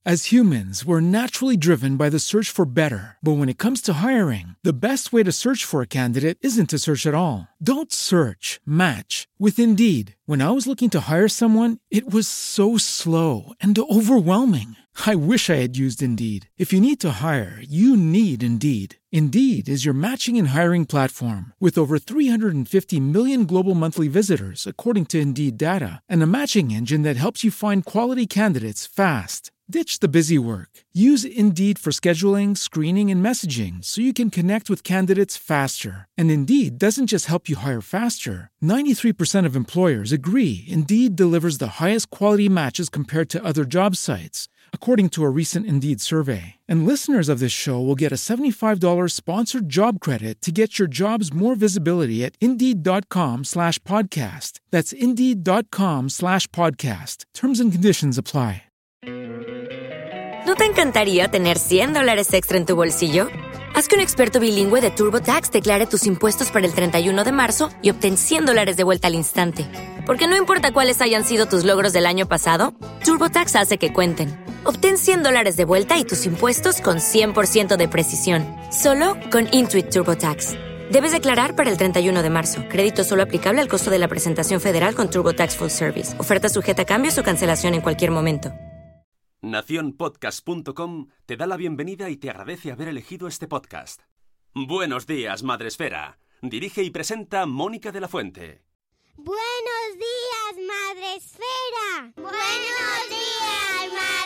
As humans, we're naturally driven by the search for better. But when it comes to hiring, the best way to search for a candidate isn't to search at all. Don't search, match with Indeed. When I was looking to hire someone, it was so slow and overwhelming. I wish I had used Indeed. If you need to hire, you need Indeed. Indeed is your matching and hiring platform with over 350 million global monthly visitors, according to Indeed data, and a matching engine that helps you find quality candidates fast. Ditch the busy work. Use Indeed for scheduling, screening, and messaging so you can connect with candidates faster. And Indeed doesn't just help you hire faster. 93% of employers agree Indeed delivers the highest quality matches compared to other job sites, according to a recent Indeed survey. And listeners of this show will get a $75 sponsored job credit to get your jobs more visibility at Indeed.com/podcast. That's Indeed.com/podcast. Terms and conditions apply. ¿No te encantaría tener $100 extra en tu bolsillo? Haz que un experto bilingüe de TurboTax declare tus impuestos para el 31 de marzo y obtén $100 de vuelta al instante. Porque no importa cuáles hayan sido tus logros del año pasado, TurboTax hace que cuenten. Obtén $100 de vuelta y tus impuestos con 100% de precisión. Solo con Intuit TurboTax. Debes declarar para el 31 de marzo. Crédito solo aplicable al costo de la presentación federal con TurboTax Full Service. Oferta sujeta a cambios o cancelación en cualquier momento. Nacionpodcast.com te da la bienvenida y te agradece haber elegido este podcast. Buenos días, Madresfera. Dirige y presenta Mónica de la Fuente. Buenos días, Madresfera. Buenos días,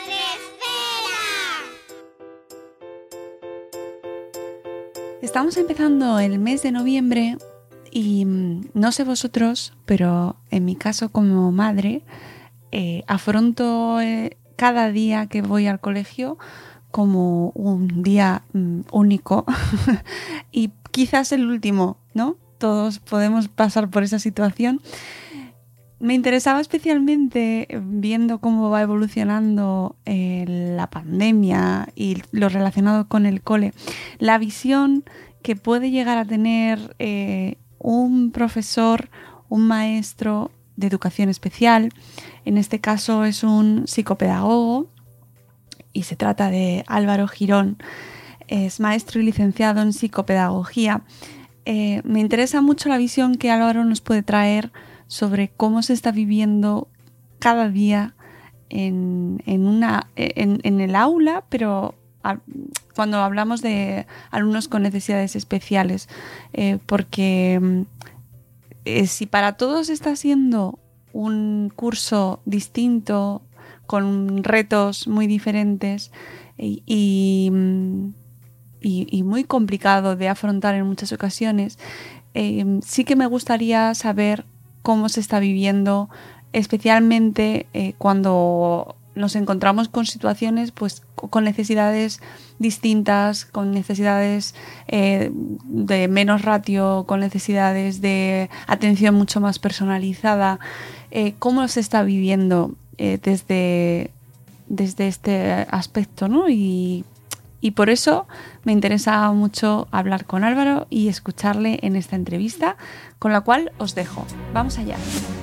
Madresfera. Estamos empezando el mes de noviembre y no sé vosotros, pero en mi caso como madre, afronto cada día que voy al colegio como un día único y quizás el último, ¿no? Todos podemos pasar por esa situación. Me interesaba especialmente, viendo cómo va evolucionando la pandemia y lo relacionado con el cole, la visión que puede llegar a tener un profesor, un maestro de educación especial. En este caso es un psicopedagogo y se trata de Álvaro Girón. Es maestro y licenciado en psicopedagogía. Me interesa mucho la visión que Álvaro nos puede traer sobre cómo se está viviendo cada día en el aula, pero cuando hablamos de alumnos con necesidades especiales, porque si para todos está siendo un curso distinto, con retos muy diferentes y muy complicado de afrontar en muchas ocasiones, sí que me gustaría saber cómo se está viviendo, especialmente cuando nos encontramos con situaciones pues con necesidades distintas, con necesidades de menos ratio, con necesidades de atención mucho más personalizada. ¿Cómo se está viviendo desde este aspecto, ¿no? Y por eso me interesa mucho hablar con Álvaro y escucharle en esta entrevista, con la cual os dejo. Vamos allá.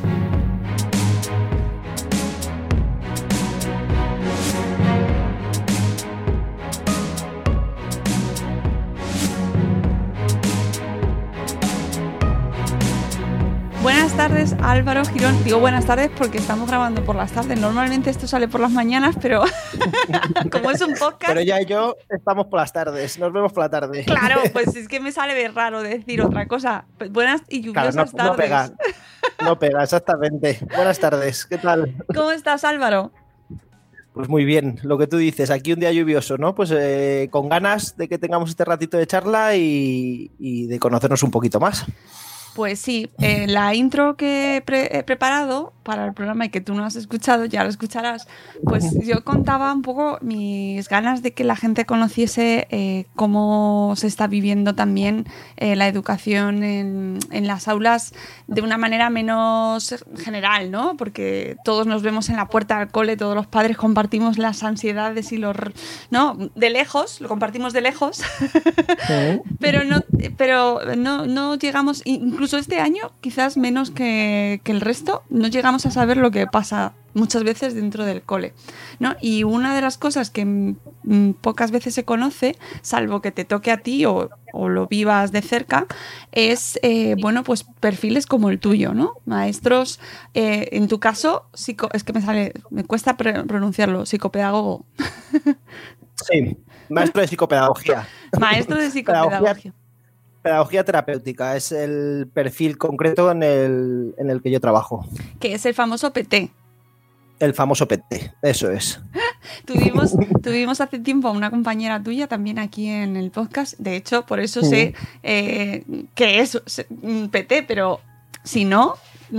Buenas tardes, Álvaro Girón. Digo buenas tardes porque estamos grabando por las tardes. Normalmente esto sale por las mañanas, pero como es un podcast... Pero ya y yo estamos por las tardes. Nos vemos por la tarde. Claro, pues es que me sale de raro decir otra cosa. Pues buenas y lluviosas tardes. No pega, exactamente. Buenas tardes, ¿qué tal? ¿Cómo estás, Álvaro? Pues muy bien, lo que tú dices. Aquí un día lluvioso, ¿no? Pues con ganas de que tengamos este ratito de charla y de conocernos un poquito más. Pues sí, la intro que he preparado para el programa y que tú no has escuchado, ya lo escucharás, pues yo contaba un poco mis ganas de que la gente conociese cómo se está viviendo también la educación en las aulas de una manera menos general, ¿no? Porque todos nos vemos en la puerta del cole, todos los padres compartimos las ansiedades y los... ¿no? De lejos, lo compartimos de lejos, pero no llegamos... Incluso incluso este año, quizás menos que el resto, no llegamos a saber lo que pasa muchas veces dentro del cole, ¿no? Y una de las cosas que pocas veces se conoce, salvo que te toque a ti o lo vivas de cerca, es, bueno, pues perfiles como el tuyo, ¿no? Maestros, en tu caso, es que me cuesta pronunciarlo, psicopedagogo. Sí, maestro de psicopedagogía. Maestro de psicopedagogía. Pedagogía terapéutica es el perfil concreto en el que yo trabajo. Que es el famoso PT. El famoso PT, eso es. Tuvimos hace tiempo a una compañera tuya también aquí en el podcast. De hecho, por eso sé que es PT, pero si no...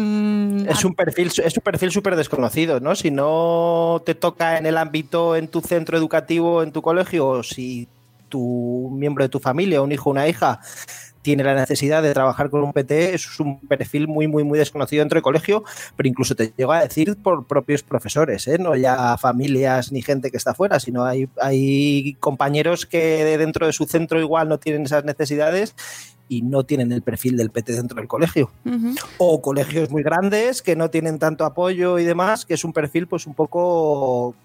Es un perfil súper desconocido, ¿no? Si no te toca en el ámbito, en tu centro educativo, en tu colegio, o si tu miembro de tu familia, un hijo o una hija, tiene la necesidad de trabajar con un PT, es un perfil muy, muy, muy desconocido dentro del colegio, pero incluso te llego a decir por propios profesores, ¿eh? No ya familias ni gente que está fuera, sino hay compañeros que dentro de su centro igual no tienen esas necesidades y no tienen el perfil del PT dentro del colegio. Uh-huh. O colegios muy grandes que no tienen tanto apoyo y demás, que es un perfil pues un poco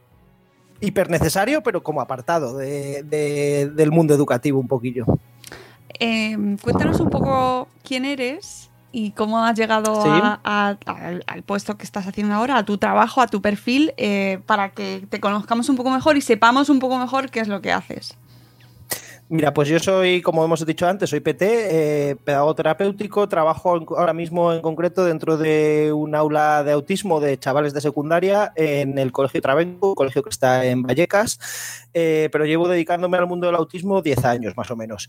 hiper necesario, pero como apartado del mundo educativo un poquillo. Cuéntanos un poco quién eres y cómo has llegado al puesto que estás haciendo ahora, a tu trabajo, a tu perfil, para que te conozcamos un poco mejor y sepamos un poco mejor qué es lo que haces. Mira, pues yo soy, como hemos dicho antes, soy PT, pedagogo terapéutico, trabajo ahora mismo en concreto dentro de un aula de autismo de chavales de secundaria en el Colegio Trabenco, un colegio que está en Vallecas, pero llevo dedicándome al mundo del autismo 10 años más o menos.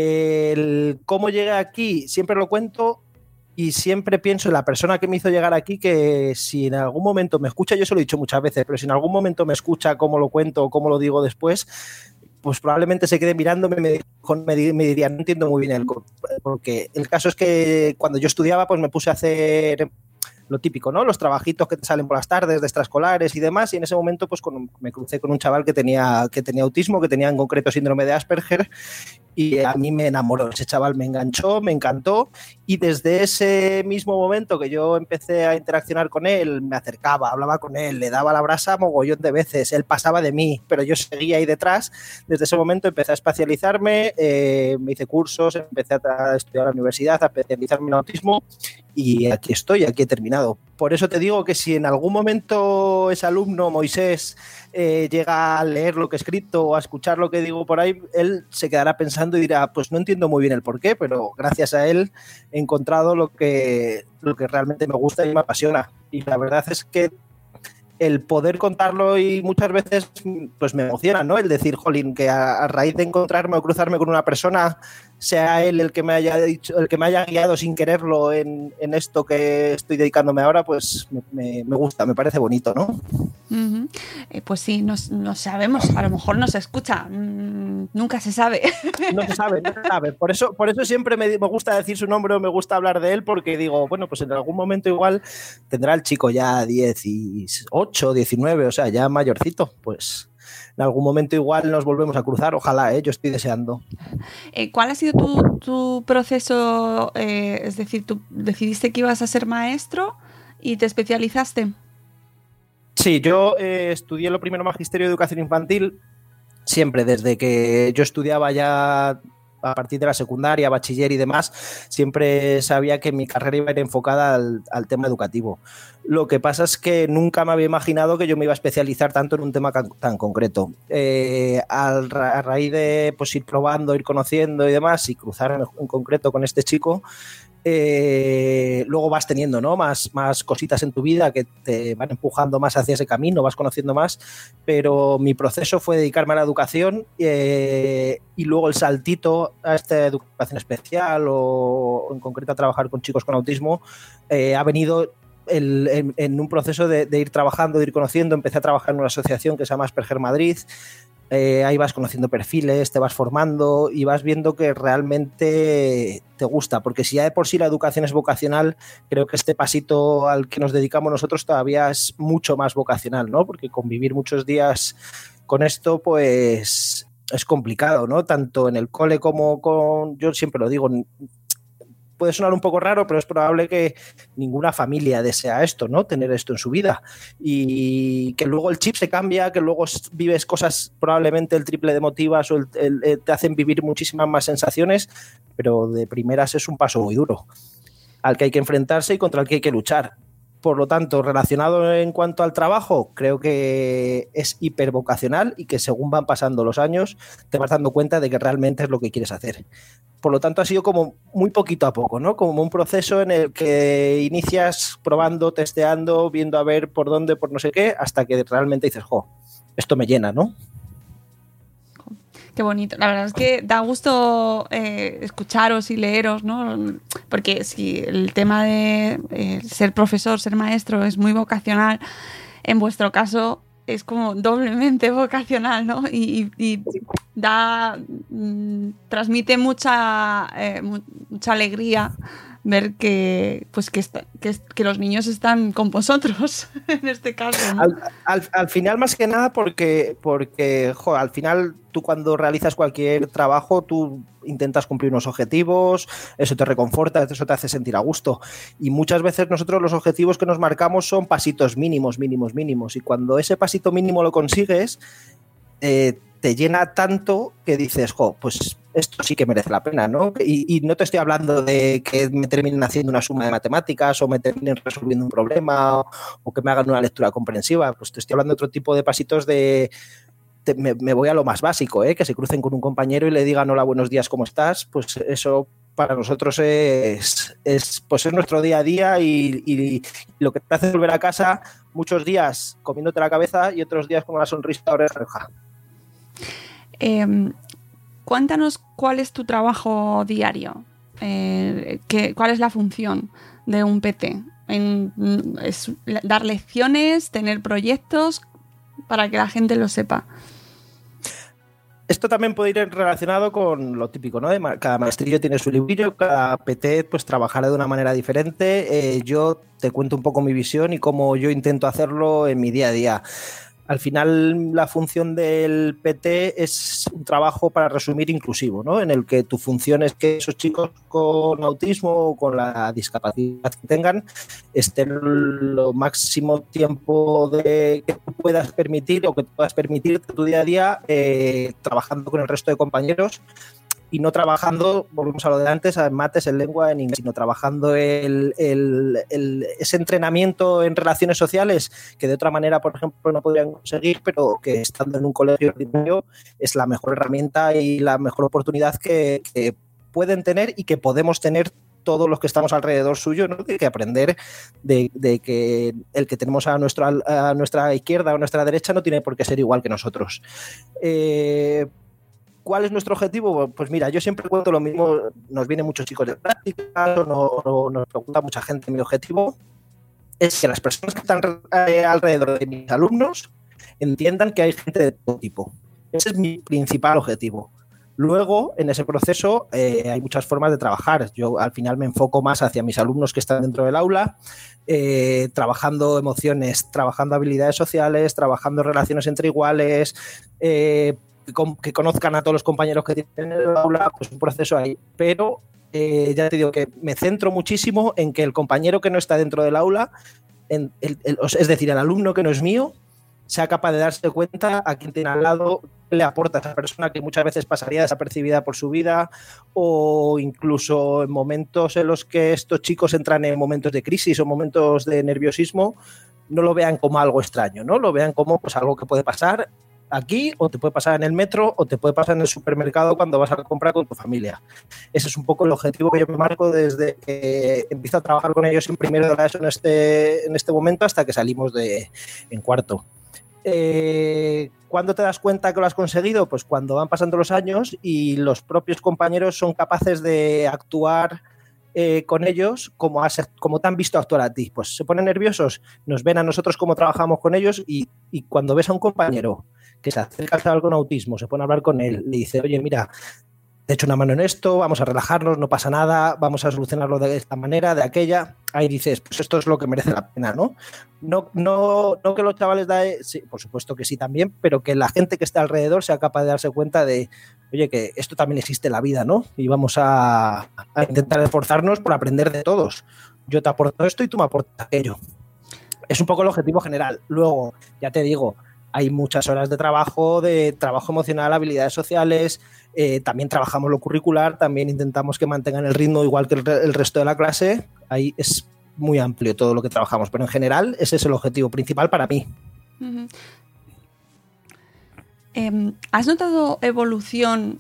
¿Cómo llegué aquí? Siempre lo cuento. Y siempre pienso en la persona que me hizo llegar aquí, que si en algún momento me escucha, yo se lo he dicho muchas veces, pero si en algún momento me escucha cómo lo cuento o cómo lo digo después, pues probablemente se quede mirándome y me diría, no entiendo muy bien porque el caso es que cuando yo estudiaba pues me puse a hacer lo típico, ¿no? Los trabajitos que te salen por las tardes de extraescolares y demás, y en ese momento pues me crucé con un chaval que tenía autismo, que tenía en concreto síndrome de Asperger, y a mí me enamoró, ese chaval me enganchó, me encantó, y desde ese mismo momento que yo empecé a interaccionar con él, me acercaba, hablaba con él, le daba la brasa mogollón de veces, él pasaba de mí, pero yo seguía ahí detrás. Desde ese momento empecé a especializarme, me hice cursos, empecé a estudiar a la universidad, a especializarme en autismo, y aquí estoy, aquí he terminado. Por eso te digo que si en algún momento ese alumno, Moisés, llega a leer lo que he escrito o a escuchar lo que digo por ahí, él se quedará pensando y dirá, pues no entiendo muy bien el porqué, pero gracias a él he encontrado lo que realmente me gusta y me apasiona. Y la verdad es que el poder contarlo y muchas veces pues me emociona, ¿no? El decir, jolín, que a raíz de encontrarme o cruzarme con una persona, sea él el que me haya dicho, el que me haya guiado sin quererlo en esto que estoy dedicándome ahora, pues me gusta, me parece bonito, ¿no? Uh-huh. Pues sí, no sabemos, a lo mejor no se escucha, nunca se sabe. No se sabe. Por eso siempre me gusta decir su nombre o me gusta hablar de él, porque digo, bueno, pues en algún momento igual tendrá el chico ya 18, 19, o sea, ya mayorcito, pues en algún momento igual nos volvemos a cruzar, ojalá, yo estoy deseando. ¿Cuál ha sido tu proceso? Es decir, ¿tú decidiste que ibas a ser maestro y te especializaste? Sí, yo estudié lo primero magisterio de educación infantil, siempre desde que yo estudiaba ya a partir de la secundaria, bachiller y demás, siempre sabía que mi carrera iba a ir enfocada al tema educativo. Lo que pasa es que nunca me había imaginado que yo me iba a especializar tanto en un tema tan concreto. A raíz de pues, ir probando, ir conociendo y demás, y cruzar en concreto con este chico, luego vas teniendo, ¿no? más cositas en tu vida que te van empujando más hacia ese camino, vas conociendo más, pero mi proceso fue dedicarme a la educación y luego el saltito a esta educación especial o en concreto a trabajar con chicos con autismo ha venido en un proceso de ir trabajando, de ir conociendo. Empecé a trabajar en una asociación que se llama Asperger Madrid. Ahí vas conociendo perfiles, te vas formando y vas viendo que realmente te gusta, porque si ya de por sí la educación es vocacional, creo que este pasito al que nos dedicamos nosotros todavía es mucho más vocacional, ¿no? Porque convivir muchos días con esto, pues es complicado, ¿no? Tanto en el cole como yo siempre lo digo, puede sonar un poco raro, pero es probable que ninguna familia desea esto, ¿no? Tener esto en su vida. Y que luego el chip se cambia, que luego vives cosas probablemente el triple de emotivas o te hacen vivir muchísimas más sensaciones, pero de primeras es un paso muy duro al que hay que enfrentarse y contra el que hay que luchar. Por lo tanto, relacionado en cuanto al trabajo, creo que es hipervocacional y que según van pasando los años te vas dando cuenta de que realmente es lo que quieres hacer. Por lo tanto, ha sido como muy poquito a poco, ¿no? Como un proceso en el que inicias probando, testeando, viendo a ver por dónde, por no sé qué, hasta que realmente dices, esto me llena, ¿no? Qué bonito. La verdad es que da gusto escucharos y leeros, ¿no? Porque si el tema de ser profesor, ser maestro es muy vocacional, en vuestro caso es como doblemente vocacional, ¿no? Y transmite mucha alegría ver que los niños están con vosotros, en este caso, ¿no? Al final, más que nada, porque al final tú cuando realizas cualquier trabajo, tú intentas cumplir unos objetivos, eso te reconforta, eso te hace sentir a gusto. Y muchas veces nosotros los objetivos que nos marcamos son pasitos mínimos. Y cuando ese pasito mínimo lo consigues, te llena tanto que dices, pues esto sí que merece la pena, ¿no? Y no te estoy hablando de que me terminen haciendo una suma de matemáticas o me terminen resolviendo un problema o que me hagan una lectura comprensiva, pues te estoy hablando de otro tipo de pasitos me voy a lo más básico, que se crucen con un compañero y le digan hola, buenos días, ¿cómo estás? Pues eso para nosotros es nuestro día a día y lo que te hace volver a casa muchos días comiéndote la cabeza y otros días con una sonrisa de oreja a oreja. Cuéntanos cuál es tu trabajo diario, cuál es la función de un PT. ¿Es dar lecciones, tener proyectos? Para que la gente lo sepa. Esto también puede ir relacionado con lo típico, ¿no? Cada maestrillo tiene su librillo, cada PT pues trabajará de una manera diferente. Yo te cuento un poco mi visión y cómo yo intento hacerlo en mi día a día. Al final, la función del PT es un trabajo, para resumir, inclusivo, ¿no? En el que tu función es que esos chicos con autismo o con la discapacidad que tengan estén lo máximo tiempo que tú puedas permitir o que puedas permitirte tu día a día trabajando con el resto de compañeros. Y no trabajando, volvemos a lo de antes, en mates, en lengua, en inglés, sino trabajando ese entrenamiento en relaciones sociales que de otra manera, por ejemplo, no podrían conseguir, pero que estando en un colegio ordinario es la mejor herramienta y la mejor oportunidad que pueden tener y que podemos tener todos los que estamos alrededor suyo, ¿no? Que aprender de que el que tenemos a nuestra izquierda o a nuestra derecha no tiene por qué ser igual que nosotros. ¿Cuál es nuestro objetivo? Pues mira, yo siempre cuento lo mismo, nos vienen muchos chicos de práctica, o nos pregunta mucha gente. Mi objetivo es que las personas que están alrededor de mis alumnos entiendan que hay gente de todo tipo. Ese es mi principal objetivo. Luego, en ese proceso, hay muchas formas de trabajar. Yo al final me enfoco más hacia mis alumnos que están dentro del aula, trabajando emociones, trabajando habilidades sociales, trabajando relaciones entre iguales, que conozcan a todos los compañeros que tienen en el aula, pues un proceso ahí. Pero ya te digo que me centro muchísimo en que el compañero que no está dentro del aula, es decir, el alumno que no es mío, sea capaz de darse cuenta a quien tiene al lado, qué le aporta a esa persona que muchas veces pasaría desapercibida por su vida, o incluso en momentos en los que estos chicos entran en momentos de crisis o momentos de nerviosismo, no lo vean como algo extraño, ¿no? Lo vean como pues algo que puede pasar aquí, o te puede pasar en el metro, o te puede pasar en el supermercado cuando vas a comprar con tu familia. Ese es un poco el objetivo que yo me marco desde que empiezo a trabajar con ellos en primero de la ESO en este momento hasta que salimos en cuarto. ¿Cuándo te das cuenta que lo has conseguido? Pues cuando van pasando los años y los propios compañeros son capaces de actuar con ellos como te han visto actuar a ti. Pues se ponen nerviosos, nos ven a nosotros cómo trabajamos con ellos y cuando ves a un compañero que se acerca al chaval con autismo, se pone a hablar con él, le dice, oye, mira, te echo una mano en esto, vamos a relajarnos, no pasa nada, vamos a solucionarlo de esta manera, de aquella. Ahí dices, pues esto es lo que merece la pena, ¿no? No que los chavales sí, por supuesto que sí también, pero que la gente que está alrededor sea capaz de darse cuenta de, oye, que esto también existe en la vida, ¿no? Y vamos a intentar esforzarnos por aprender de todos. Yo te aporto esto y tú me aportas aquello. Es un poco el objetivo general. Luego, ya te digo, hay muchas horas de trabajo emocional, habilidades sociales, también trabajamos lo curricular, también intentamos que mantengan el ritmo igual que el resto de la clase. Ahí es muy amplio todo lo que trabajamos, pero en general ese es el objetivo principal para mí. Uh-huh. ¿Has notado evolución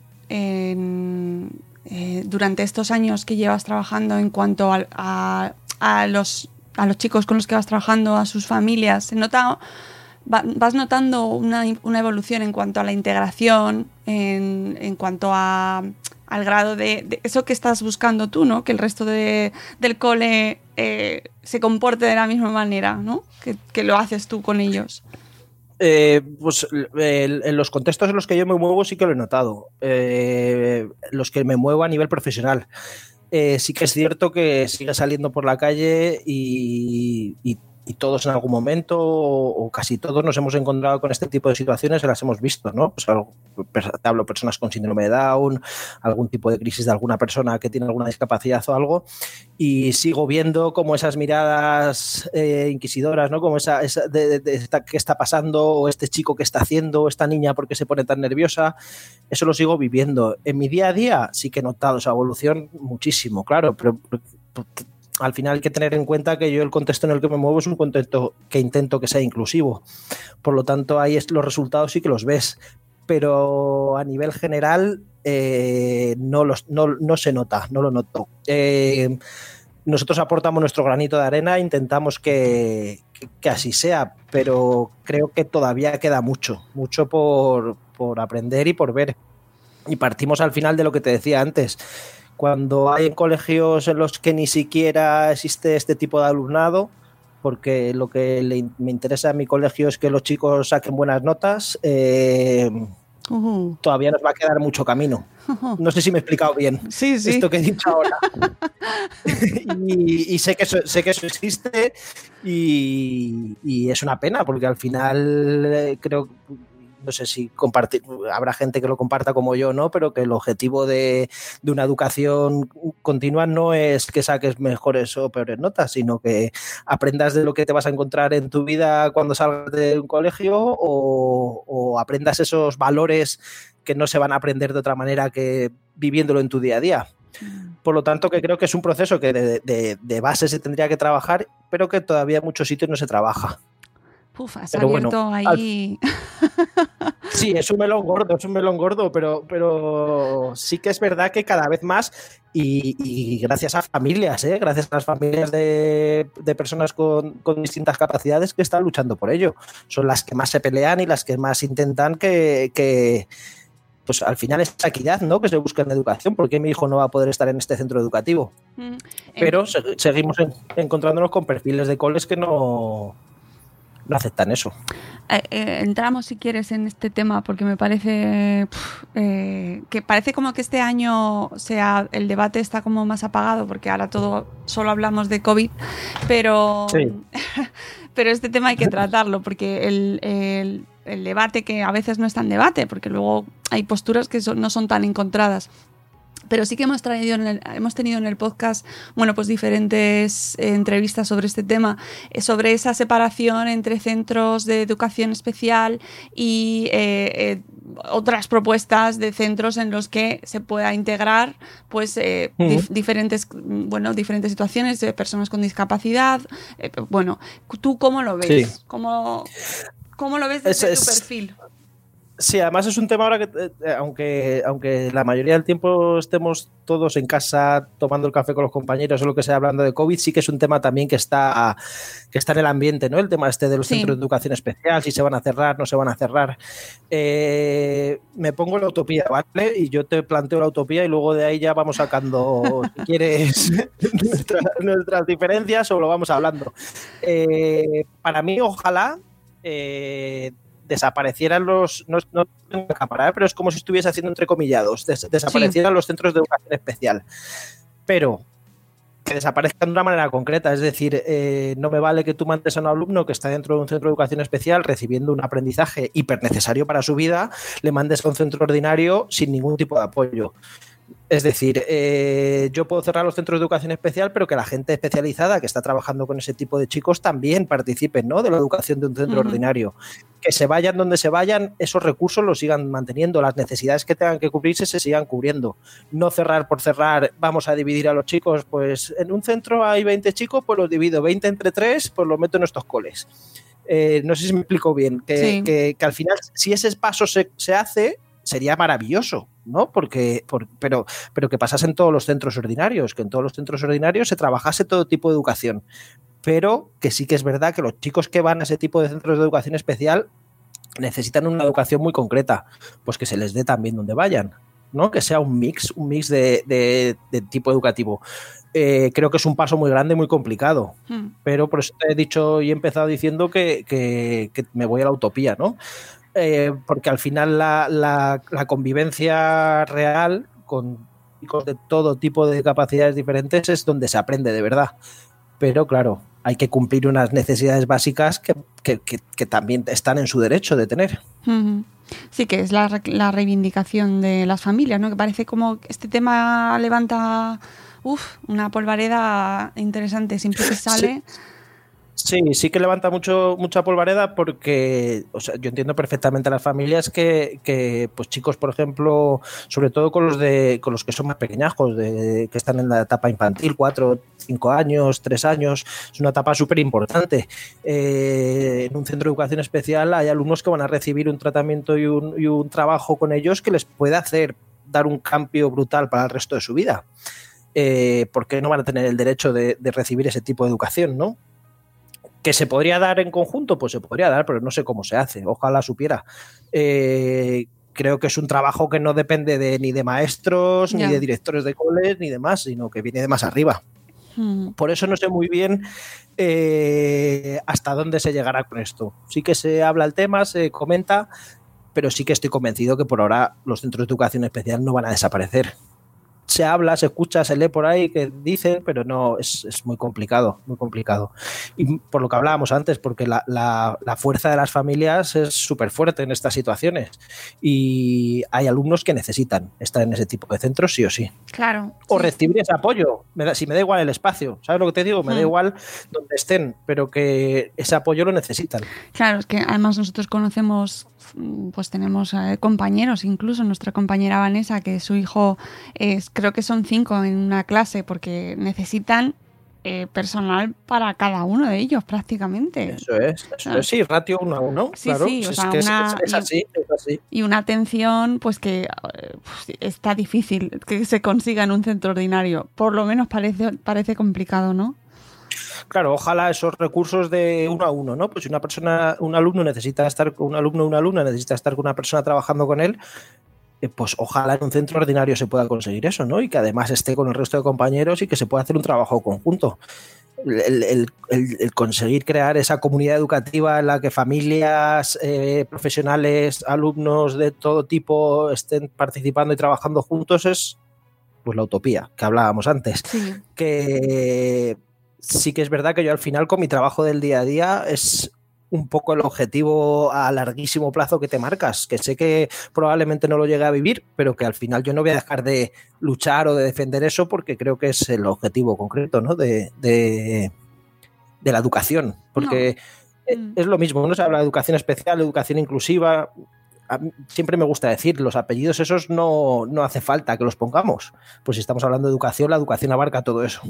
durante estos años que llevas trabajando en cuanto a los chicos con los que vas trabajando, a sus familias? ¿Vas notando una evolución en cuanto a la integración, en cuanto al grado de eso que estás buscando tú, ¿no? Que el resto del cole se comporte de la misma manera, ¿no? Que lo haces tú con ellos. Pues en los contextos en los que yo me muevo sí que lo he notado. Los que me muevo a nivel profesional. Sí que es cierto que sigue saliendo por la calle y todos en algún momento o casi todos nos hemos encontrado con este tipo de situaciones y las hemos visto, ¿no? Pues te hablo de personas con síndrome de Down, algún tipo de crisis de alguna persona que tiene alguna discapacidad o algo, y sigo viendo como esas miradas inquisidoras, ¿no? Como esa qué está pasando, o este chico qué está haciendo, o esta niña por qué se pone tan nerviosa. Eso lo sigo viviendo. En mi día a día sí que he notado esa evolución muchísimo, claro, pero al final hay que tener en cuenta que yo el contexto en el que me muevo es un contexto que intento que sea inclusivo. Por lo tanto, ahí los resultados sí que los ves. Pero a nivel general no se nota, no lo noto. Nosotros aportamos nuestro granito de arena, intentamos que así sea, pero creo que todavía queda mucho por aprender y por ver. Y partimos al final de lo que te decía antes. Cuando hay colegios en los que ni siquiera existe este tipo de alumnado, porque lo que me interesa a mi colegio es que los chicos saquen buenas notas, todavía nos va a quedar mucho camino. No sé si me he explicado bien esto que he dicho ahora. y sé que eso existe y es una pena, porque al final creo... No sé si habrá gente que lo comparta como yo, ¿no? Pero que el objetivo de una educación continua no es que saques mejores o peores notas, sino que aprendas de lo que te vas a encontrar en tu vida cuando salgas de un colegio o aprendas esos valores que no se van a aprender de otra manera que viviéndolo en tu día a día. Por lo tanto, que creo que es un proceso que de base se tendría que trabajar, pero que todavía en muchos sitios no se trabaja. Has abierto ahí... Sí, es un melón gordo, pero sí que es verdad que cada vez más y gracias a familias, gracias a las familias de personas con distintas capacidades que están luchando por ello. Son las que más se pelean y las que más intentan que pues al final es equidad, ¿no? Que se busca en educación, porque mi hijo no va a poder estar en este centro educativo. Pero seguimos encontrándonos con perfiles de coles que no aceptan eso. Entramos, si quieres, en este tema porque me parece que parece como que este año el debate está como más apagado, porque ahora solo hablamos de COVID, pero sí. Pero este tema hay que tratarlo, porque el debate, que a veces no es tan debate, porque luego hay posturas que no son tan encontradas. Pero sí que hemos tenido en el podcast, bueno, pues diferentes entrevistas sobre este tema, sobre esa separación entre centros de educación especial y otras propuestas de centros en los que se pueda integrar, pues diferentes situaciones de personas con discapacidad. Bueno, ¿tú cómo lo ves? Sí. ¿Cómo lo ves desde tu perfil? Sí, además es un tema ahora que, aunque la mayoría del tiempo estemos todos en casa tomando el café con los compañeros o lo que sea hablando de COVID, sí que es un tema también que está en el ambiente, ¿no? El tema de los centros de educación especial, si se van a cerrar, no se van a cerrar. Me pongo la utopía, ¿vale? Y yo te planteo la utopía y luego de ahí ya vamos sacando, si quieres, nuestras diferencias o lo vamos hablando. Para mí, ojalá... desaparecieran no tengo cámara, pero es como si estuviese haciendo entrecomillados, desaparecieran los centros de educación especial. Pero que desaparezcan de una manera concreta. Es decir, no me vale que tú mandes a un alumno que está dentro de un centro de educación especial recibiendo un aprendizaje hiper necesario para su vida, le mandes a un centro ordinario sin ningún tipo de apoyo. Es decir, yo puedo cerrar los centros de educación especial, pero que la gente especializada que está trabajando con ese tipo de chicos también participen, ¿no?, de la educación de un centro ordinario. Que se vayan donde se vayan, esos recursos los sigan manteniendo, las necesidades que tengan que cubrirse se sigan cubriendo. No cerrar por cerrar, vamos a dividir a los chicos, pues en un centro hay 20 chicos, pues los divido 20 entre 3, pues los meto en estos coles. No sé si me explico bien, que al final, si ese paso se hace, sería maravilloso, ¿no? Pero que pasase en todos los centros ordinarios, que en todos los centros ordinarios se trabajase todo tipo de educación. Pero que sí que es verdad que los chicos que van a ese tipo de centros de educación especial necesitan una educación muy concreta, pues que se les dé también donde vayan, ¿no? Que sea un mix de tipo educativo. Creo que es un paso muy grande y muy complicado, pero por eso te he dicho y he empezado diciendo que me voy a la utopía, ¿no? Porque al final la convivencia real con chicos de todo tipo de capacidades diferentes es donde se aprende de verdad. Pero claro, hay que cumplir unas necesidades básicas que también están en su derecho de tener. Sí, que es la reivindicación de las familias, ¿no? Que parece como que este tema levanta una polvareda interesante siempre que sale. Sí que levanta mucha polvareda porque, o sea, yo entiendo perfectamente a las familias que pues chicos, por ejemplo, sobre todo con los que son más pequeñajos, que están en la etapa infantil, 4, 5 años, 3 años, es una etapa súper importante. En un centro de educación especial hay alumnos que van a recibir un tratamiento y un trabajo con ellos que les puede dar un cambio brutal para el resto de su vida. ¿Por qué no van a tener el derecho de recibir ese tipo de educación, no? ¿Que se podría dar en conjunto? Pues se podría dar, pero no sé cómo se hace. Ojalá supiera. Creo que es un trabajo que no depende ni de maestros, ni de directores de coles, ni demás, sino que viene de más arriba. Por eso no sé muy bien hasta dónde se llegará con esto. Sí que se habla el tema, se comenta, pero sí que estoy convencido que por ahora los centros de educación especial no van a desaparecer. Se habla, se escucha, se lee por ahí que dicen, pero no, es muy complicado, muy complicado. Y por lo que hablábamos antes, porque la fuerza de las familias es súper fuerte en estas situaciones y hay alumnos que necesitan estar en ese tipo de centros sí o sí. Claro. O recibir ese apoyo, si me da igual el espacio, ¿sabes lo que te digo? Me da igual donde estén, pero que ese apoyo lo necesitan. Claro, es que además nosotros conocemos, pues tenemos compañeros, incluso nuestra compañera Vanessa, que su hijo creo que son 5 en una clase, porque necesitan personal para cada uno de ellos prácticamente. Eso es, sí, ratio 1 a 1. Sí, claro, sí, o sea, es así. Y una atención, pues que está difícil que se consiga en un centro ordinario. Por lo menos parece complicado, ¿no? Claro, ojalá esos recursos de 1 a 1, ¿no? Pues si un alumno necesita estar con una alumna necesita estar con una persona trabajando con él, pues ojalá en un centro ordinario se pueda conseguir eso, ¿no? Y que además esté con el resto de compañeros y que se pueda hacer un trabajo conjunto. El conseguir crear esa comunidad educativa en la que familias, profesionales, alumnos de todo tipo estén participando y trabajando juntos es pues la utopía que hablábamos antes. Sí. Que sí que es verdad que yo al final con mi trabajo del día a día es un poco el objetivo a larguísimo plazo que te marcas, que sé que probablemente no lo llegue a vivir, pero que al final yo no voy a dejar de luchar o de defender eso porque creo que es el objetivo concreto, ¿no? de la educación, porque es lo mismo, no se habla de educación especial, educación inclusiva. Siempre me gusta decir, los apellidos esos no hace falta que los pongamos, pues si estamos hablando de educación, la educación abarca todo eso.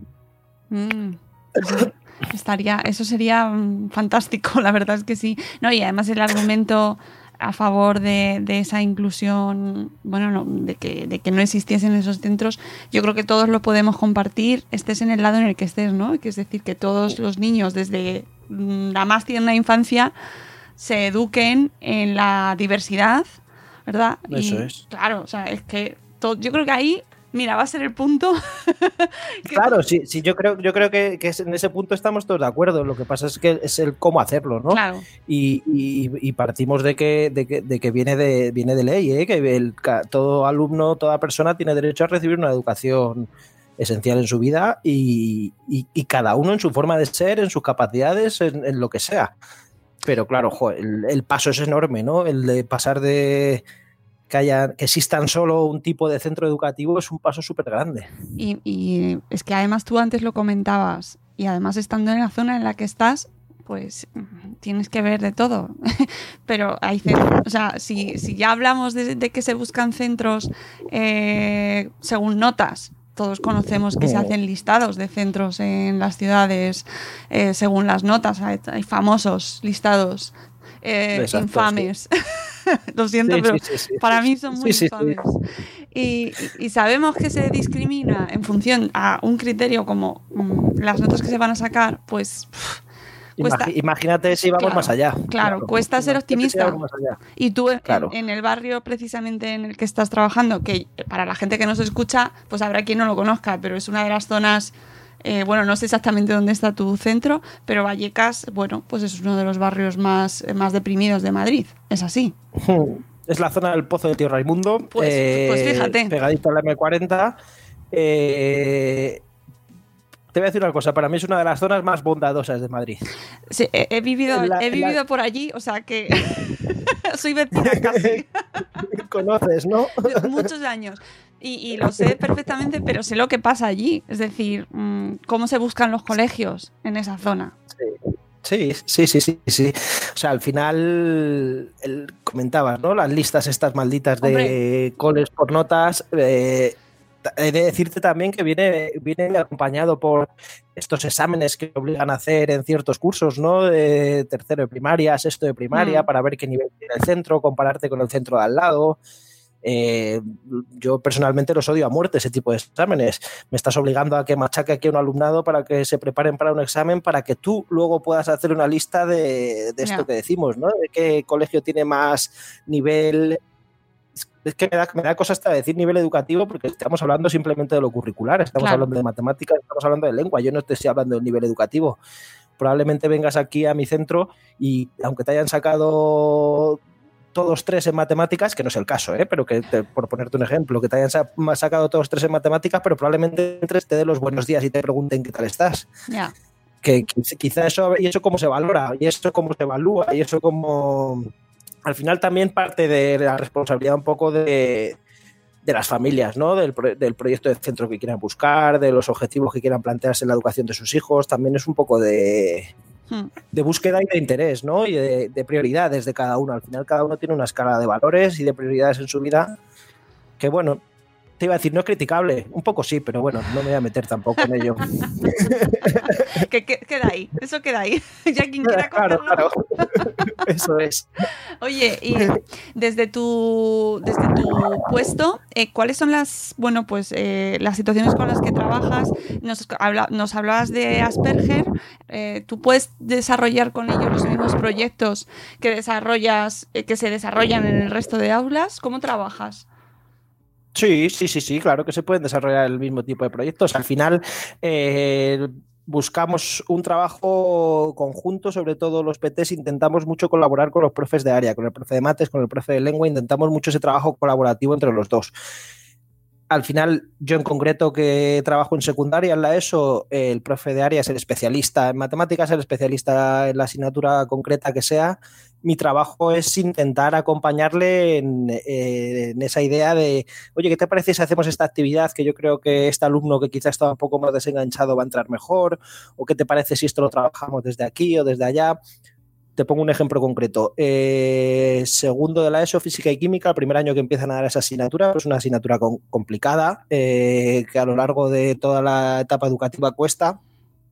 Eso sería fantástico, la verdad es que sí. No, y además el argumento a favor de esa inclusión, de que no existiesen esos centros, yo creo que todos lo podemos compartir, estés en el lado en el que estés, ¿no? Que es decir, que todos los niños desde la más tierna infancia se eduquen en la diversidad, ¿verdad? Eso es. Claro, o sea, es que yo creo que ahí, mira, va a ser el punto. Claro, sí, yo creo que en ese punto estamos todos de acuerdo. Lo que pasa es que es el cómo hacerlo, ¿no? Claro. Y partimos de que viene de ley, ¿eh? Que todo alumno, toda persona tiene derecho a recibir una educación esencial en su vida y cada uno en su forma de ser, en sus capacidades, en lo que sea. Pero claro, el paso es enorme, ¿no? El de pasar de que existan solo un tipo de centro educativo es un paso súper grande. Y es que además tú antes lo comentabas, y además estando en la zona en la que estás, pues tienes que ver de todo. Pero hay centros, o sea, si ya hablamos de que se buscan centros según notas, todos conocemos que se hacen listados de centros en las ciudades según las notas, hay famosos listados Exacto, infames. Sí. Lo siento, pero para mí son muy infames. Y sabemos que se discrimina en función a un criterio como las notas que se van a sacar, pues cuesta. Imagínate si vamos más allá. Claro, cuesta ser optimista. Y tú claro. en el barrio precisamente en el que estás trabajando, que para la gente que nos escucha, pues habrá quien no lo conozca, pero es una de las zonas... bueno, no sé exactamente dónde está tu centro, pero Vallecas, bueno, pues es uno de los barrios más deprimidos de Madrid. Es así. Es la zona del Pozo de Tío Raimundo. Pues fíjate. Pegadito a la M40. Te voy a decir una cosa, para mí es una de las zonas más bondadosas de Madrid. Sí, he vivido por allí, o sea que soy vecina casi. Conoces, ¿no? Muchos años. Y lo sé perfectamente, pero sé lo que pasa allí. Es decir, cómo se buscan los colegios en esa zona. Sí. O sea, al final comentabas, ¿no? Las listas estas malditas de coles por notas. He de decirte también que viene acompañado por estos exámenes que obligan a hacer en ciertos cursos, ¿no? De tercero de primaria, sexto de primaria, para ver qué nivel tiene el centro, compararte con el centro de al lado. Yo personalmente los odio a muerte, ese tipo de exámenes. Me estás obligando a que machaque aquí a un alumnado para que se preparen para un examen, para que tú luego puedas hacer una lista de esto que decimos, ¿no? De qué colegio tiene más nivel. Es que me da cosa hasta decir nivel educativo, porque estamos hablando simplemente de lo curricular, estamos hablando de matemáticas, estamos hablando de lengua. Yo no te estoy hablando del nivel educativo. Probablemente vengas aquí a mi centro y aunque te hayan sacado todos 3 en matemáticas, que no es el caso, pero que por ponerte un ejemplo, que te hayan sacado todos 3 en matemáticas, pero probablemente entres, te den los buenos días y te pregunten qué tal estás. Yeah. Que quizá eso, y eso cómo se valora, y eso cómo se evalúa, y eso cómo... Al final también parte de la responsabilidad un poco de las familias, ¿no? Del proyecto de centro que quieran buscar, de los objetivos que quieran plantearse en la educación de sus hijos. También es un poco de búsqueda y de interés, ¿no? Y de prioridades de cada uno. Al final cada uno tiene una escala de valores y de prioridades en su vida que, bueno, te iba a decir, no es criticable. Un poco sí, pero bueno, no me voy a meter tampoco en ello. Que queda ahí, eso queda ahí. Ya quien quiera cogerlo. Claro. Eso es. Oye, y desde tu puesto, ¿cuáles son las situaciones con las que trabajas? Nos hablabas de Asperger. ¿Tú puedes desarrollar con ellos los mismos proyectos que se desarrollan en el resto de aulas? ¿Cómo trabajas? Sí, claro que se pueden desarrollar el mismo tipo de proyectos. Al final buscamos un trabajo conjunto, sobre todo los PTs, intentamos mucho colaborar con los profes de área, con el profe de mates, con el profe de lengua, intentamos mucho ese trabajo colaborativo entre los dos. Al final, yo en concreto que trabajo en secundaria, en la ESO, el profe de área es el especialista en matemáticas, el especialista en la asignatura concreta que sea. Mi trabajo es intentar acompañarle en esa idea de, oye, ¿qué te parece si hacemos esta actividad que yo creo que este alumno que quizá estaba un poco más desenganchado va a entrar mejor? ¿O qué te parece si esto lo trabajamos desde aquí o desde allá? Te pongo un ejemplo concreto. Segundo de la ESO, física y química, el primer año que empiezan a dar esa asignatura, pues una asignatura complicada, que a lo largo de toda la etapa educativa cuesta,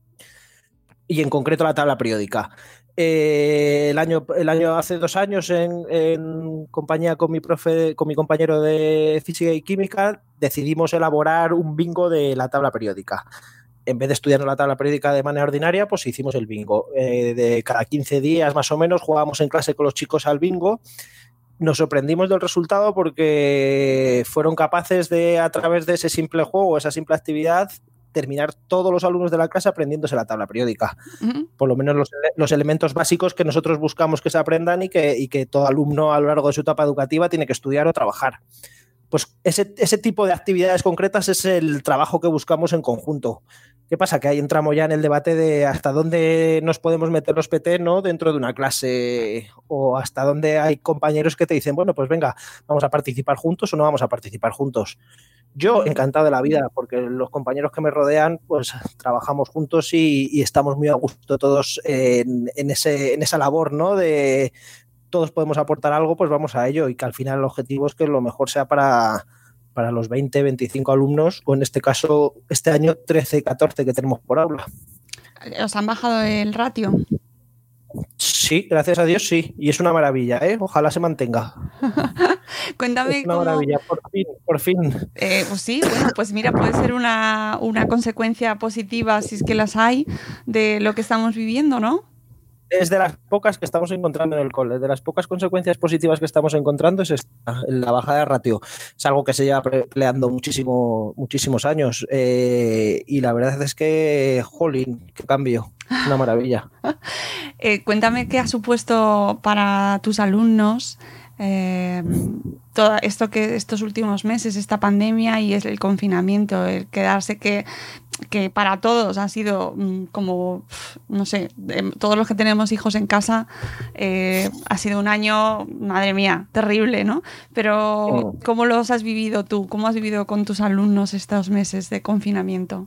y en concreto la tabla periódica. El año hace 2 años, en compañía con mi compañero de física y química, decidimos elaborar un bingo de la tabla periódica. En vez de estudiar la tabla periódica de manera ordinaria, pues hicimos el bingo. De cada 15 días más o menos jugábamos en clase con los chicos al bingo. Nos sorprendimos del resultado porque fueron capaces de, a través de ese simple juego, esa simple actividad, terminar todos los alumnos de la clase aprendiéndose la tabla periódica. Por lo menos los elementos básicos que nosotros buscamos que se aprendan y que todo alumno a lo largo de su etapa educativa tiene que estudiar o trabajar. pues ese tipo de actividades concretas es el trabajo que buscamos en conjunto. ¿Qué pasa? Que ahí entramos ya en el debate de hasta dónde nos podemos meter los PT, ¿no? Dentro de una clase, o hasta dónde hay compañeros que te dicen, bueno, pues venga, vamos a participar juntos o no vamos a participar juntos. Yo encantado de la vida, porque los compañeros que me rodean, pues trabajamos juntos y estamos muy a gusto todos en esa labor, ¿no? De todos podemos aportar algo, pues vamos a ello, y que al final el objetivo es que lo mejor sea para los 20, 25 alumnos, o en este caso, este año 13, 14 que tenemos por aula. ¿Os han bajado el ratio? Sí, gracias a Dios sí, y es una maravilla, ¿eh? Ojalá se mantenga. Cuéntame es una cómo... maravilla, por fin. Pues sí, bueno, pues mira, puede ser una consecuencia positiva, si es que las hay, de lo que estamos viviendo, ¿no? Es de las pocas que estamos encontrando en el cole, de las pocas consecuencias positivas que estamos encontrando es esta, la bajada de ratio. Es algo que se lleva peleando muchísimos años, y la verdad es que, jolín, qué cambio, una maravilla. Cuéntame qué ha supuesto para tus alumnos todo esto, que estos últimos meses, esta pandemia y el confinamiento, el quedarse, que para todos ha sido como, no sé, todos los que tenemos hijos en casa, ha sido un año, madre mía, terrible, ¿no? Pero ¿cómo los has vivido tú? ¿Cómo has vivido con tus alumnos estos meses de confinamiento?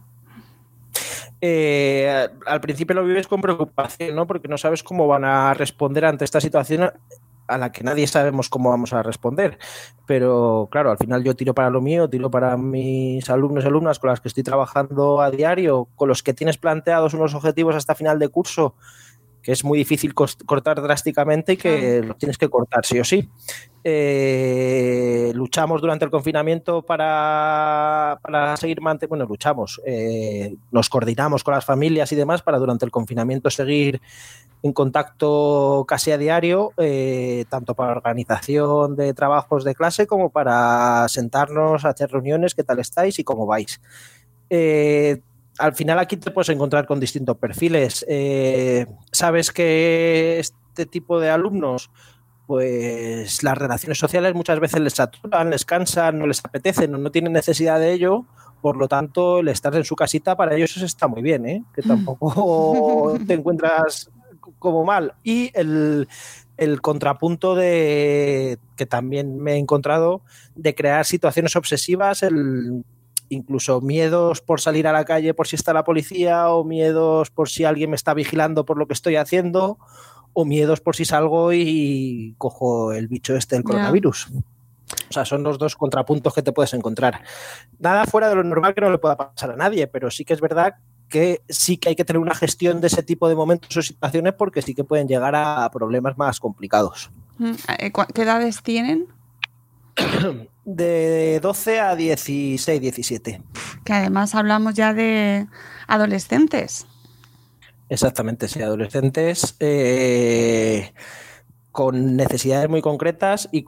Al principio lo vives con preocupación, ¿no? Porque no sabes cómo van a responder ante esta situación a la que nadie sabemos cómo vamos a responder. Pero claro, al final yo tiro para lo mío, tiro para mis alumnos y alumnas con las que estoy trabajando a diario, con los que tienes planteados unos objetivos hasta final de curso, que es muy difícil cortar drásticamente y que lo tienes que cortar sí o sí. Luchamos durante el confinamiento para seguir manteniendo, luchamos, nos coordinamos con las familias y demás para durante el confinamiento seguir en contacto casi a diario, tanto para organización de trabajos de clase como para sentarnos a hacer reuniones, qué tal estáis y cómo vais. Al final aquí te puedes encontrar con distintos perfiles. Sabes que este tipo de alumnos, pues las relaciones sociales muchas veces les saturan, les cansan, no les apetece, no tienen necesidad de ello. Por lo tanto, el estar en su casita para ellos está muy bien, ¿eh? Que tampoco te encuentras como mal. Y el contrapunto que también me he encontrado de crear situaciones obsesivas, incluso miedos por salir a la calle por si está la policía, o miedos por si alguien me está vigilando por lo que estoy haciendo, o miedos por si salgo y cojo el bicho del coronavirus. O sea, son los dos contrapuntos que te puedes encontrar. Nada fuera de lo normal que no le pueda pasar a nadie, pero sí que es verdad que sí que hay que tener una gestión de ese tipo de momentos o situaciones, porque sí que pueden llegar a problemas más complicados. ¿Qué edades tienen? De 12 a 16, 17. Que además hablamos ya de adolescentes. Exactamente, sí, adolescentes con necesidades muy concretas y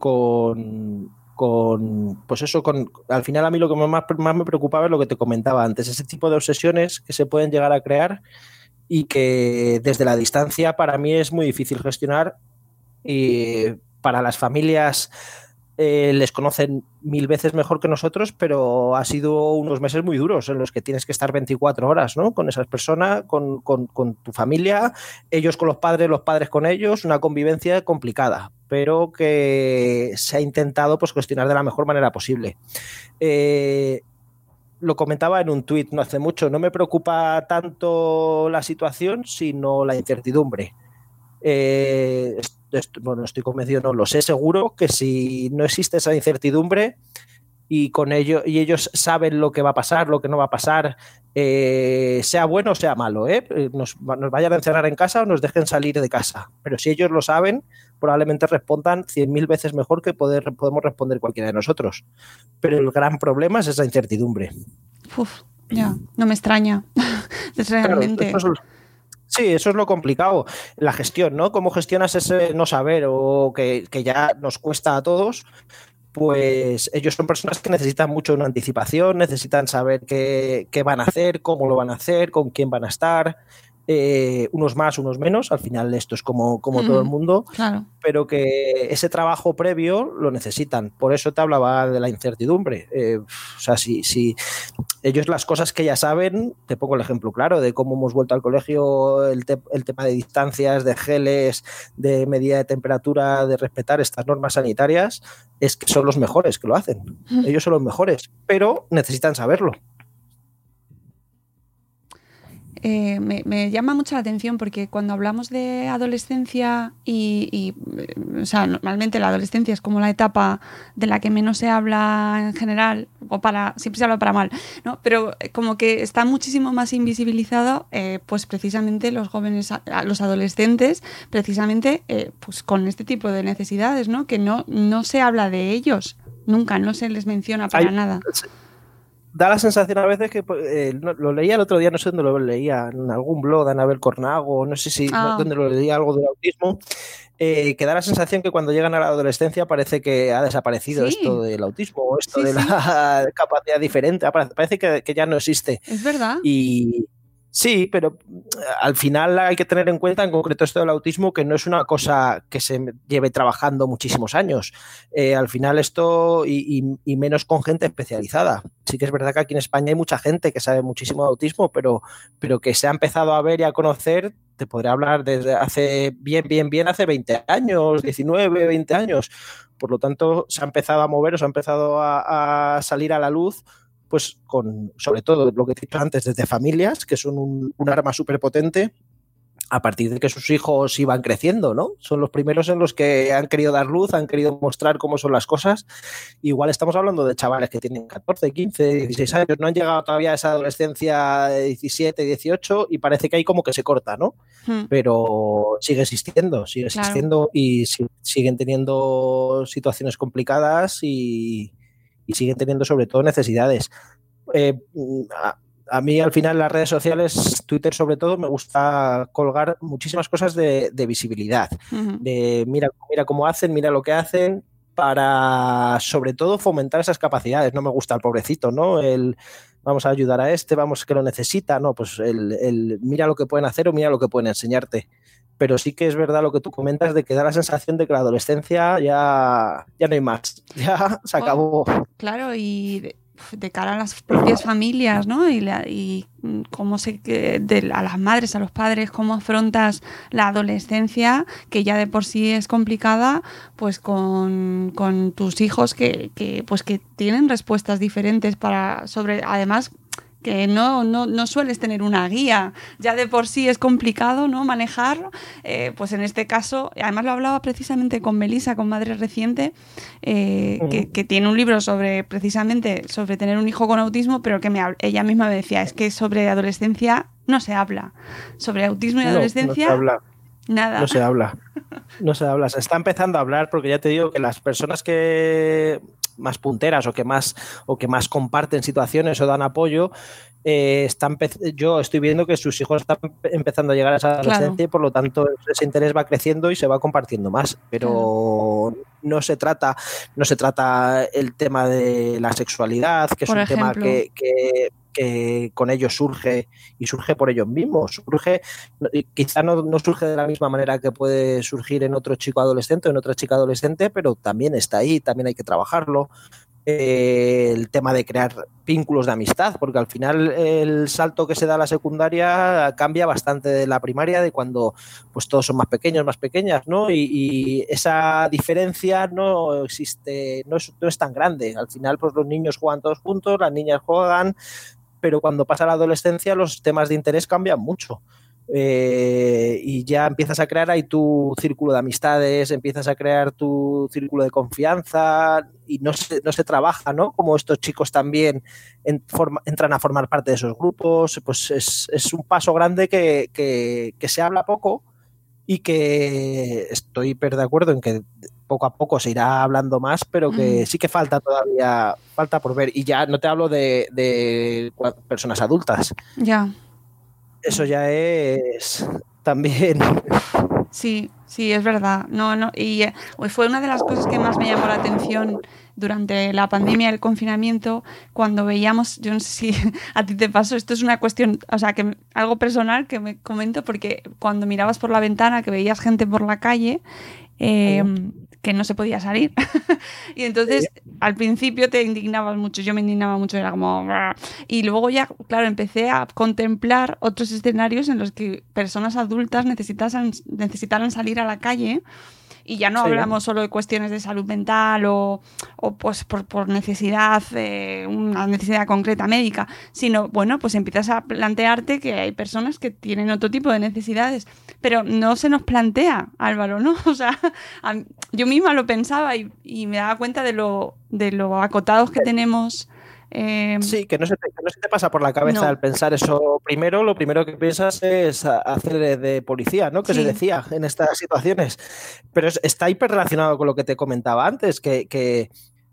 pues eso, al final a mí lo que más me preocupaba es lo que te comentaba antes, ese tipo de obsesiones que se pueden llegar a crear y que desde la distancia para mí es muy difícil gestionar, y para las familias les conocen 1000 veces mejor que nosotros, pero ha sido unos meses muy duros en los que tienes que estar 24 horas, ¿no? Con esas personas, con tu familia, ellos con los padres con ellos, una convivencia complicada, pero que se ha intentado pues gestionar de la mejor manera posible. Lo comentaba en un tuit no hace mucho, no me preocupa tanto la situación, sino la incertidumbre. Estoy convencido, no lo sé seguro, que si no existe esa incertidumbre y ellos saben lo que va a pasar, lo que no va a pasar, sea bueno o sea malo, nos vayan a encerrar en casa o nos dejen salir de casa, pero si ellos lo saben, probablemente respondan 100.000 veces mejor que podemos responder cualquiera de nosotros. Pero el gran problema es esa incertidumbre. Ya, no me extraña. Realmente. Claro, sí, eso es lo complicado, la gestión, ¿no? ¿Cómo gestionas ese no saber, o que ya nos cuesta a todos? Pues ellos son personas que necesitan mucho una anticipación, necesitan saber qué van a hacer, cómo lo van a hacer, con quién van a estar. unos más, unos menos, al final esto es como todo el mundo, claro. pero que ese trabajo previo lo necesitan. Por eso te hablaba de la incertidumbre. O sea, si ellos las cosas que ya saben, te pongo el ejemplo claro de cómo hemos vuelto al colegio, el tema de distancias, de geles, de medida de temperatura, de respetar estas normas sanitarias, es que son los mejores que lo hacen. Ellos son los mejores, pero necesitan saberlo. Me llama mucho la atención porque cuando hablamos de adolescencia o sea, normalmente la adolescencia es como la etapa de la que menos se habla en general, siempre se habla para mal, ¿no? Pero como que está muchísimo más invisibilizado, pues precisamente los jóvenes, los adolescentes, precisamente pues con este tipo de necesidades, ¿no? Que no se habla de ellos, nunca, no se les menciona para nada. Da la sensación a veces que lo leía el otro día, no sé dónde lo leía, en algún blog de Anabel Cornago, no sé si dónde lo leía, algo del autismo, que da la sensación que cuando llegan a la adolescencia parece que ha desaparecido esto del autismo o esto de la capacidad diferente, parece que ya no existe. Es verdad. Y sí, pero al final hay que tener en cuenta, en concreto esto del autismo, que no es una cosa que se lleve trabajando muchísimos años. Al final esto, y menos con gente especializada. Sí que es verdad que aquí en España hay mucha gente que sabe muchísimo de autismo, pero que se ha empezado a ver y a conocer, te podré hablar desde hace hace 20 años, 19, 20 años. Por lo tanto, se ha empezado a mover o se ha empezado a salir a la luz, pues sobre todo lo que he dicho antes, desde familias, que son un arma súper potente, a partir de que sus hijos iban creciendo, ¿no? Son los primeros en los que han querido dar luz, han querido mostrar cómo son las cosas. Igual estamos hablando de chavales que tienen 14, 15, 16 años, no han llegado todavía a esa adolescencia de 17, 18 y parece que ahí como que se corta, ¿no? Pero sigue existiendo y siguen teniendo situaciones complicadas y siguen teniendo sobre todo necesidades. A mí al final en las redes sociales, Twitter sobre todo, me gusta colgar muchísimas cosas de visibilidad, de mira cómo hacen, mira lo que hacen, para sobre todo fomentar esas capacidades. No me gusta el pobrecito, ¿no? Vamos a ayudar a vamos que lo necesita, no, pues el mira lo que pueden hacer o mira lo que pueden enseñarte. Pero sí que es verdad lo que tú comentas, de que da la sensación de que la adolescencia ya no hay más, ya se acabó. Claro, y de cara a las propias familias, ¿no? Y cómo a las madres, a los padres, cómo afrontas la adolescencia, que ya de por sí es complicada, pues con tus hijos que tienen respuestas diferentes además que no sueles tener una guía, ya de por sí es complicado, ¿no? Manejarlo, pues en este caso, además lo hablaba precisamente con Melissa, con Madre Reciente, que tiene un libro precisamente sobre tener un hijo con autismo, pero que ella misma me decía, es que sobre adolescencia no se habla, sobre autismo y adolescencia... No se habla. Nada. No se habla, se está empezando a hablar, porque ya te digo que las personas que más punteras o que más comparten situaciones o dan apoyo, yo estoy viendo que sus hijos están empezando a llegar a esa adolescencia, y por lo tanto ese interés va creciendo y se va compartiendo más, pero no se trata el tema de la sexualidad, que es un tema que con ellos surge por ellos mismos. Quizá no surge de la misma manera que puede surgir en otro chico adolescente o en otra chica adolescente, pero también está ahí, también hay que trabajarlo. El tema de crear vínculos de amistad, porque al final el salto que se da a la secundaria cambia bastante de la primaria, de cuando pues todos son más pequeños, más pequeñas, ¿no? Y esa diferencia no existe, no es tan grande. Al final pues los niños juegan todos juntos, las niñas juegan, pero cuando pasa la adolescencia los temas de interés cambian mucho. Y ya empiezas a crear ahí tu círculo de amistades, empiezas a crear tu círculo de confianza y no se trabaja, ¿no? Como estos chicos también entran a formar parte de esos grupos, pues es un paso grande que se habla poco y que estoy de acuerdo en que poco a poco se irá hablando más, pero que sí que falta por ver. Y ya no te hablo de personas adultas. Ya. Eso ya es también... Sí, Sí, es verdad. No, y fue una de las cosas que más me llamó la atención durante la pandemia, el confinamiento, cuando veíamos, yo no sé si a ti te pasó, esto es una cuestión, o sea, que algo personal que me comento, porque cuando mirabas por la ventana, que veías gente por la calle, que no se podía salir. Y entonces al principio te indignabas mucho, yo me indignaba mucho, era como... Y luego ya, claro, empecé a contemplar otros escenarios en los que personas adultas necesitaran salir a la calle. Y ya no hablamos solo de cuestiones de salud mental o pues por necesidad, una necesidad concreta médica, sino, bueno, pues empiezas a plantearte que hay personas que tienen otro tipo de necesidades, pero no se nos plantea, Álvaro, ¿no? O sea, yo misma lo pensaba y me daba cuenta de lo acotados que tenemos. Sí, que no se te pasa por la cabeza al pensar eso. Lo primero que piensas es hacer de policía, ¿no? Que se decía en estas situaciones. Pero está hiperrelacionado con lo que te comentaba antes, que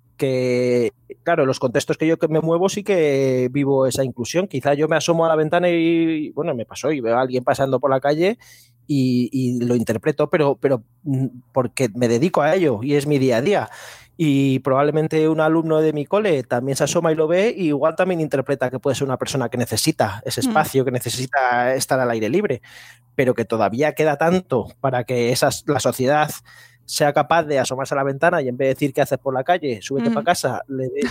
claro, los contextos que yo me muevo sí que vivo esa inclusión. Quizá yo me asomo a la ventana y, bueno, me pasó y veo a alguien pasando por la calle y lo interpreto, pero porque me dedico a ello y es mi día a día. Y probablemente un alumno de mi cole también se asoma y lo ve y igual también interpreta que puede ser una persona que necesita ese espacio, que necesita estar al aire libre, pero que todavía queda tanto para que la sociedad sea capaz de asomarse a la ventana y en vez de decir qué haces por la calle, súbete para casa,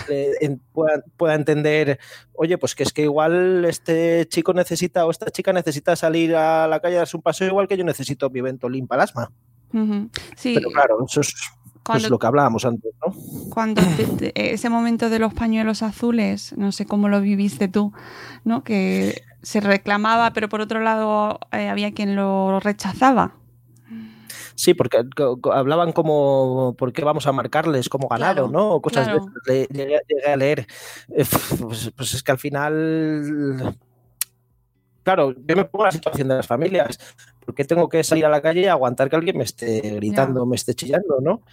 pueda entender, oye, pues que es que igual este chico necesita o esta chica necesita salir a la calle a darse un paseo igual que yo necesito mi Ventolin para el asma. Sí. Pero claro, eso es lo que hablábamos antes, ¿no? Cuando ese momento de los pañuelos azules, no sé cómo lo viviste tú, ¿no? Que se reclamaba, pero por otro lado había quien lo rechazaba. Sí, porque hablaban como ¿por qué vamos a marcarles como ganado, ¿no? O cosas de esas. Llegué a leer. Pues es que al final... Claro, yo me pongo en la situación de las familias. ¿Por qué tengo que salir a la calle y aguantar que alguien me esté gritando, me esté chillando, ¿no?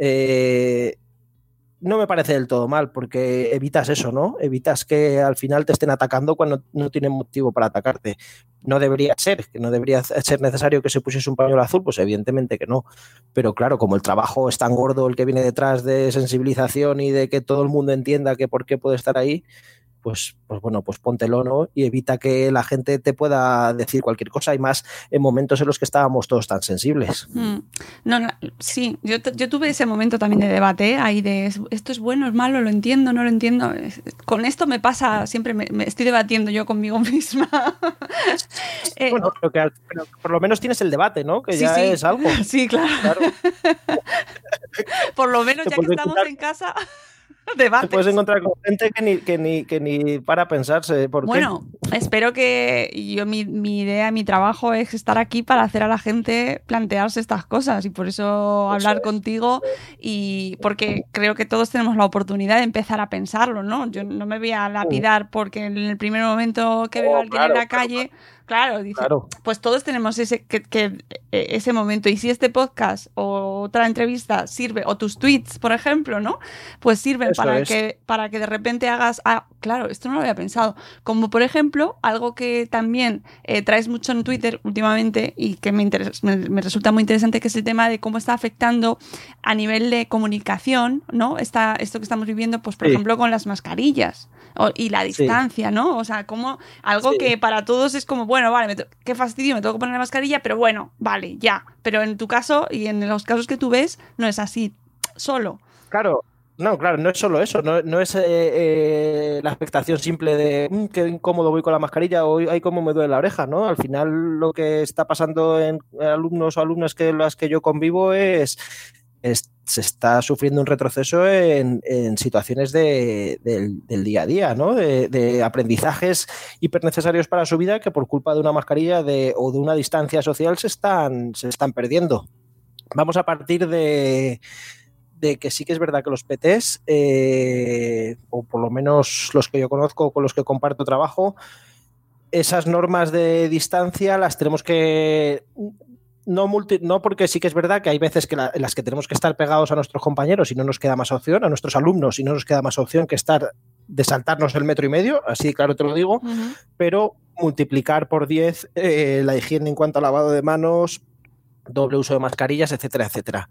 No me parece del todo mal, porque evitas eso, ¿no? Evitas que al final te estén atacando cuando no tienen motivo para atacarte. No debería ser, que no debería ser necesario que se pusiese un pañuelo azul, pues evidentemente que no. Pero claro, como el trabajo es tan gordo, el que viene detrás de sensibilización y de que todo el mundo entienda que por qué puede estar ahí, pues bueno, pues póntelo, ¿no? Y evita que la gente te pueda decir cualquier cosa, y más en momentos en los que estábamos todos tan sensibles. Sí, yo tuve ese momento también de debate, ahí de esto es bueno, es malo, lo entiendo, no lo entiendo. Con esto me pasa, siempre me estoy debatiendo yo conmigo misma. Bueno, pero por lo menos tienes el debate, ¿no? Que ya es algo. Sí, claro. Por lo menos ya que estamos en casa... Debates. Te puedes encontrar con gente que ni para pensarse. ¿Por bueno, qué? Espero que mi idea, mi trabajo es estar aquí para hacer a la gente plantearse estas cosas y por eso hablar contigo, y porque creo que todos tenemos la oportunidad de empezar a pensarlo, ¿no? Yo no me voy a lapidar porque en el primer momento que veo a alguien en la calle... Claro, pues todos tenemos ese momento. Y si este podcast o otra entrevista sirve, o tus tweets, por ejemplo, ¿no? Pues sirven para que de repente hagas... Ah, claro, esto no lo había pensado. Como, por ejemplo, algo que también traes mucho en Twitter últimamente y que me resulta muy interesante, que es el tema de cómo está afectando a nivel de comunicación, ¿no? Esto que estamos viviendo, pues, por ejemplo, con las mascarillas y la distancia, ¿no? O sea, como algo que para todos es como, bueno, vale, qué fastidio, me tengo que poner la mascarilla, pero bueno, vale, ya. Pero en tu caso y en los casos que tú ves, no es así solo. Claro. No es solo eso, no es la expectación simple de qué incómodo voy con la mascarilla o ay, cómo me duele la oreja, ¿no? Al final lo que está pasando en alumnos o alumnas las que yo convivo se está sufriendo un retroceso en situaciones del día a día, ¿no? De aprendizajes hipernecesarios para su vida que por culpa de una mascarilla o de una distancia social se están perdiendo. Vamos a partir de que sí que es verdad que los PTs, o por lo menos los que yo conozco, con los que comparto trabajo, esas normas de distancia las tenemos que... No, porque sí que es verdad que hay veces en las que tenemos que estar pegados a nuestros compañeros y no nos queda más opción, a nuestros alumnos y no nos queda más opción que de saltarnos el 1,5 metros, así claro te lo digo, pero multiplicar por 10 la higiene en cuanto a lavado de manos, doble uso de mascarillas, etcétera, etcétera.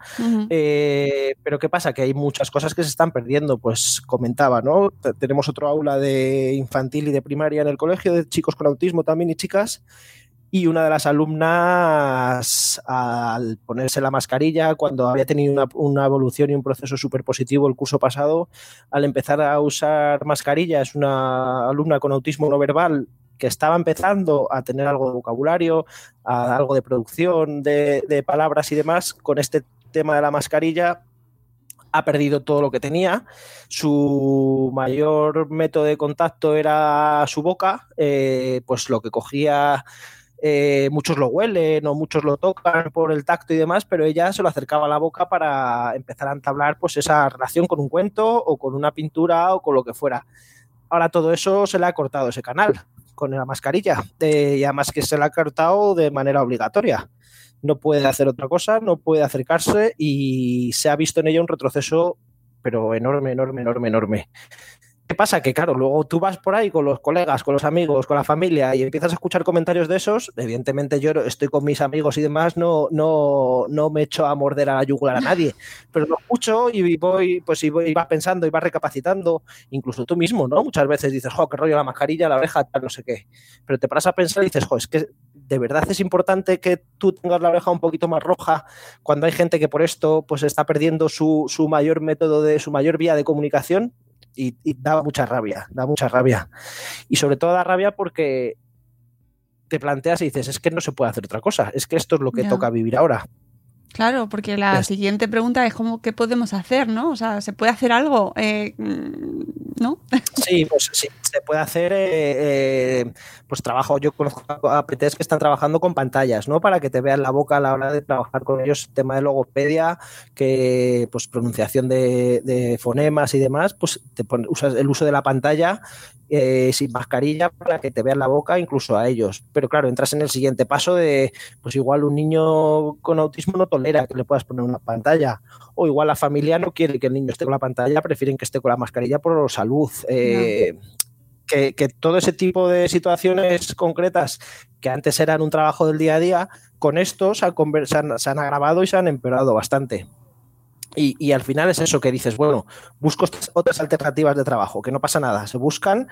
Pero ¿qué pasa? Que hay muchas cosas que se están perdiendo. Pues comentaba, ¿no? Tenemos otro aula de infantil y de primaria en el colegio, de chicos con autismo también y chicas, y una de las alumnas, al ponerse la mascarilla, cuando había tenido una evolución y un proceso súper positivo el curso pasado, al empezar a usar mascarilla, es una alumna con autismo no verbal, que estaba empezando a tener algo de vocabulario, algo de producción de palabras y demás, con este tema de la mascarilla ha perdido todo lo que tenía. Su mayor método de contacto era su boca, pues lo que cogía, muchos lo huelen o muchos lo tocan por el tacto y demás, pero ella se lo acercaba a la boca para empezar a entablar pues esa relación con un cuento o con una pintura o con lo que fuera. Ahora todo eso se le ha cortado, ese canal, con la mascarilla, y además que se la ha cortado de manera obligatoria. No puede hacer otra cosa, no puede acercarse y se ha visto en ella un retroceso, pero enorme, enorme, enorme, enorme. ¿Qué pasa? Que claro, luego tú vas por ahí con los colegas, con los amigos, con la familia y empiezas a escuchar comentarios de esos. Evidentemente yo estoy con mis amigos y demás, no me echo a morder a la yugular a nadie, pero lo escucho y voy, y vas pensando y vas recapacitando, incluso tú mismo, ¿no? Muchas veces dices, qué rollo la mascarilla, la oreja, tal, no sé qué. Pero te paras a pensar y dices, es que de verdad es importante que tú tengas la oreja un poquito más roja cuando hay gente que por esto pues está perdiendo su mayor método, su mayor vía de comunicación. Y da mucha rabia. Y sobre todo da rabia porque te planteas y dices, es que no se puede hacer otra cosa, es que esto es lo que toca vivir ahora. Claro, porque la siguiente pregunta es ¿qué podemos hacer, no? O sea, ¿se puede hacer algo? ¿No? Sí, pues sí, se puede hacer pues trabajo. Yo conozco a PTs que están trabajando con pantallas, ¿no? Para que te vean la boca a la hora de trabajar con ellos, tema de logopedia, que pues pronunciación de fonemas y demás, pues usas el uso de la pantalla sin mascarilla para que te vean la boca, incluso a ellos. Pero claro, entras en el siguiente paso de, pues igual un niño con autismo no tolera que le puedas poner una pantalla, o igual la familia no quiere que el niño esté con la pantalla, prefieren que esté con la mascarilla por salud. Que todo ese tipo de situaciones concretas que antes eran un trabajo del día a día, con esto se han agravado y se han empeorado bastante. Y al final es eso que dices, bueno, busco otras alternativas de trabajo, que no pasa nada, se buscan,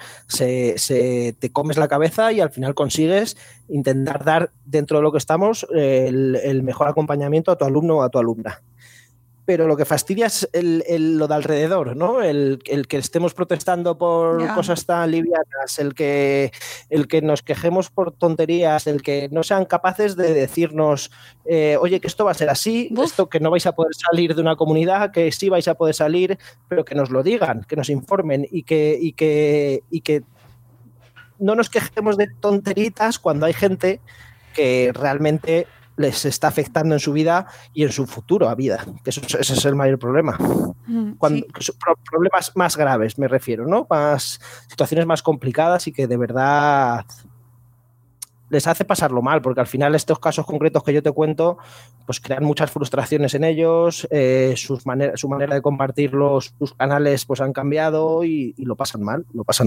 te comes la cabeza y al final consigues intentar dar dentro de lo que estamos el mejor acompañamiento a tu alumno o a tu alumna. Pero lo que fastidia es lo de alrededor, ¿no? El que estemos protestando por cosas tan livianas, el que nos quejemos por tonterías, el que no sean capaces de decirnos, oye, que esto va a ser así, esto que no vais a poder salir de una comunidad, que sí vais a poder salir, pero que nos lo digan, que nos informen y que no nos quejemos de tonteritas cuando hay gente que realmente les está afectando en su vida y en su futuro a vida, que ese es el mayor problema. Problemas más graves, me refiero, ¿no? Situaciones más complicadas y que de verdad les hace pasarlo mal, porque al final estos casos concretos que yo te cuento pues crean muchas frustraciones en ellos, su manera de compartir sus canales pues han cambiado y lo pasan mal.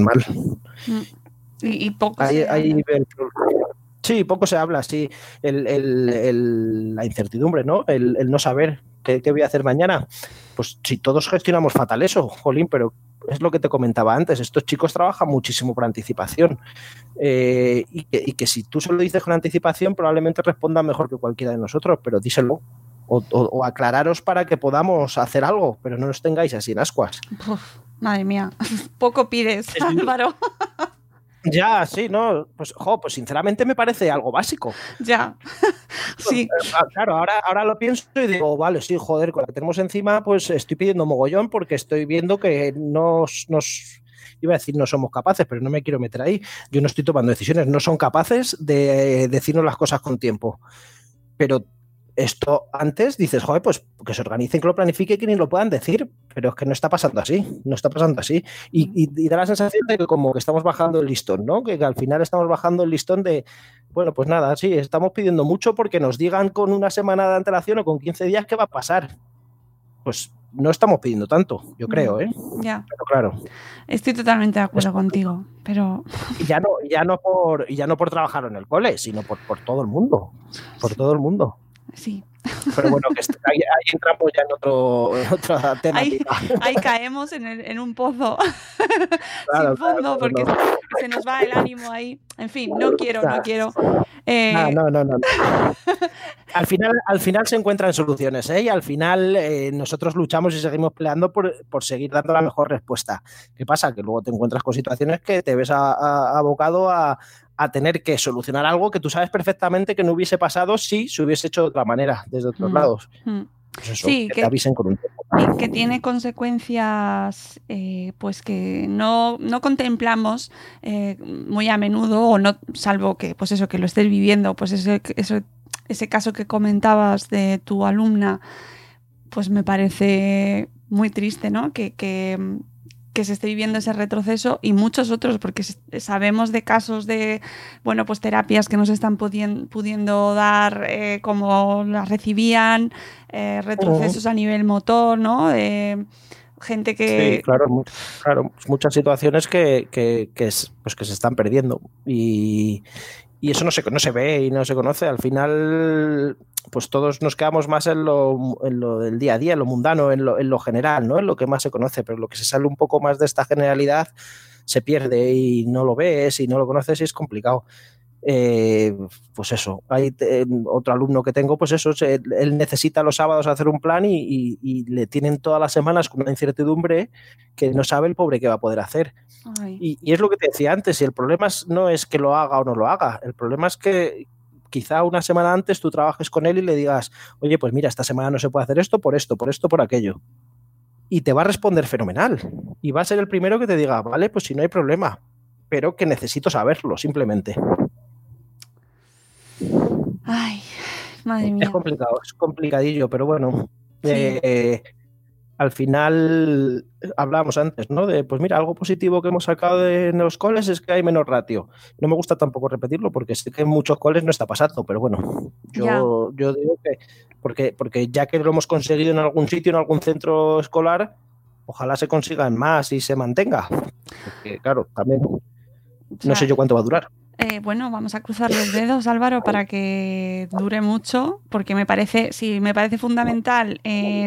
Y poco Sí, poco se habla, sí. La incertidumbre, ¿no? El no saber qué voy a hacer mañana. Pues si todos gestionamos fatal eso, jolín, pero es lo que te comentaba antes. Estos chicos trabajan muchísimo por anticipación. Y que si tú se lo dices con anticipación, probablemente respondan mejor que cualquiera de nosotros, pero díselo. O aclararos para que podamos hacer algo, pero no nos tengáis así en ascuas. Madre mía, poco pides, Álvaro. Ya, sí, no, pues sinceramente me parece algo básico. Ya, sí. Claro, ahora lo pienso y digo, vale, sí, joder, con la que tenemos encima, pues estoy pidiendo mogollón porque estoy viendo que iba a decir no somos capaces, pero no me quiero meter ahí. Yo no estoy tomando decisiones, no son capaces de decirnos las cosas con tiempo. Pero esto antes dices, joder, pues que se organicen, que lo planifiquen, que ni lo puedan decir, pero es que no está pasando así. Y da la sensación de que como que estamos bajando el listón, ¿no? Que al final estamos bajando el listón de, bueno, pues nada, sí, estamos pidiendo mucho porque nos digan con una semana de antelación o con 15 días qué va a pasar. Pues no estamos pidiendo tanto, yo creo, ¿eh? Ya. Pero claro. Estoy totalmente de acuerdo contigo, pero... Ya no por trabajar en el cole, sino por todo el mundo. Por todo el mundo. Sí. Pero bueno, que ahí entramos ya en otra temática. Ahí caemos en un pozo Claro, sin fondo, claro, porque no. se nos va el ánimo ahí. En fin, no quiero. No. Al final se encuentran soluciones, ¿eh? Y al final nosotros luchamos y seguimos peleando por seguir dando la mejor respuesta. ¿Qué pasa? Que luego te encuentras con situaciones que te ves abocado a tener que solucionar algo que tú sabes perfectamente que no hubiese pasado si se hubiese hecho de otra manera, desde otros lados. Pues eso, sí, que te avisen con un tiempo. Y que tiene consecuencias pues que no contemplamos muy a menudo, o no, salvo que pues eso, que lo estés viviendo, pues ese caso que comentabas de tu alumna, pues me parece muy triste, ¿no? Que se esté viviendo ese retroceso, y muchos otros, porque sabemos de casos de, bueno, pues terapias que no se están pudiendo dar como las recibían, retrocesos a nivel motor, ¿no? Gente que... Sí, claro, muchas situaciones que se están perdiendo, y eso no se ve y no se conoce. Al final, pues todos nos quedamos más en lo del día a día, en lo mundano, en lo general, ¿no? En lo que más se conoce, pero lo que se sale un poco más de esta generalidad se pierde y no lo ves y no lo conoces y es complicado. Pues eso, hay otro alumno que tengo, pues eso, él necesita los sábados hacer un plan y le tienen todas las semanas con una incertidumbre que no sabe el pobre qué va a poder hacer. Y es lo que te decía antes, y el problema no es que lo haga o no lo haga, el problema es que quizá una semana antes tú trabajes con él y le digas, oye, pues mira, esta semana no se puede hacer esto, por aquello. Y te va a responder fenomenal. Y va a ser el primero que te diga, vale, pues si no hay problema, pero que necesito saberlo, simplemente. Ay, madre mía. Es complicado, es complicadillo, pero bueno. Sí. Al final hablábamos antes, ¿no? De, pues mira, algo positivo que hemos sacado de los coles es que hay menos ratio. No me gusta tampoco repetirlo porque sé que en muchos coles no está pasando, pero bueno, yo digo que porque ya que lo hemos conseguido en algún sitio, en algún centro escolar, ojalá se consiga en más y se mantenga. Porque claro, también no sé yo cuánto va a durar. Bueno, vamos a cruzar los dedos, Álvaro, para que dure mucho, porque me parece fundamental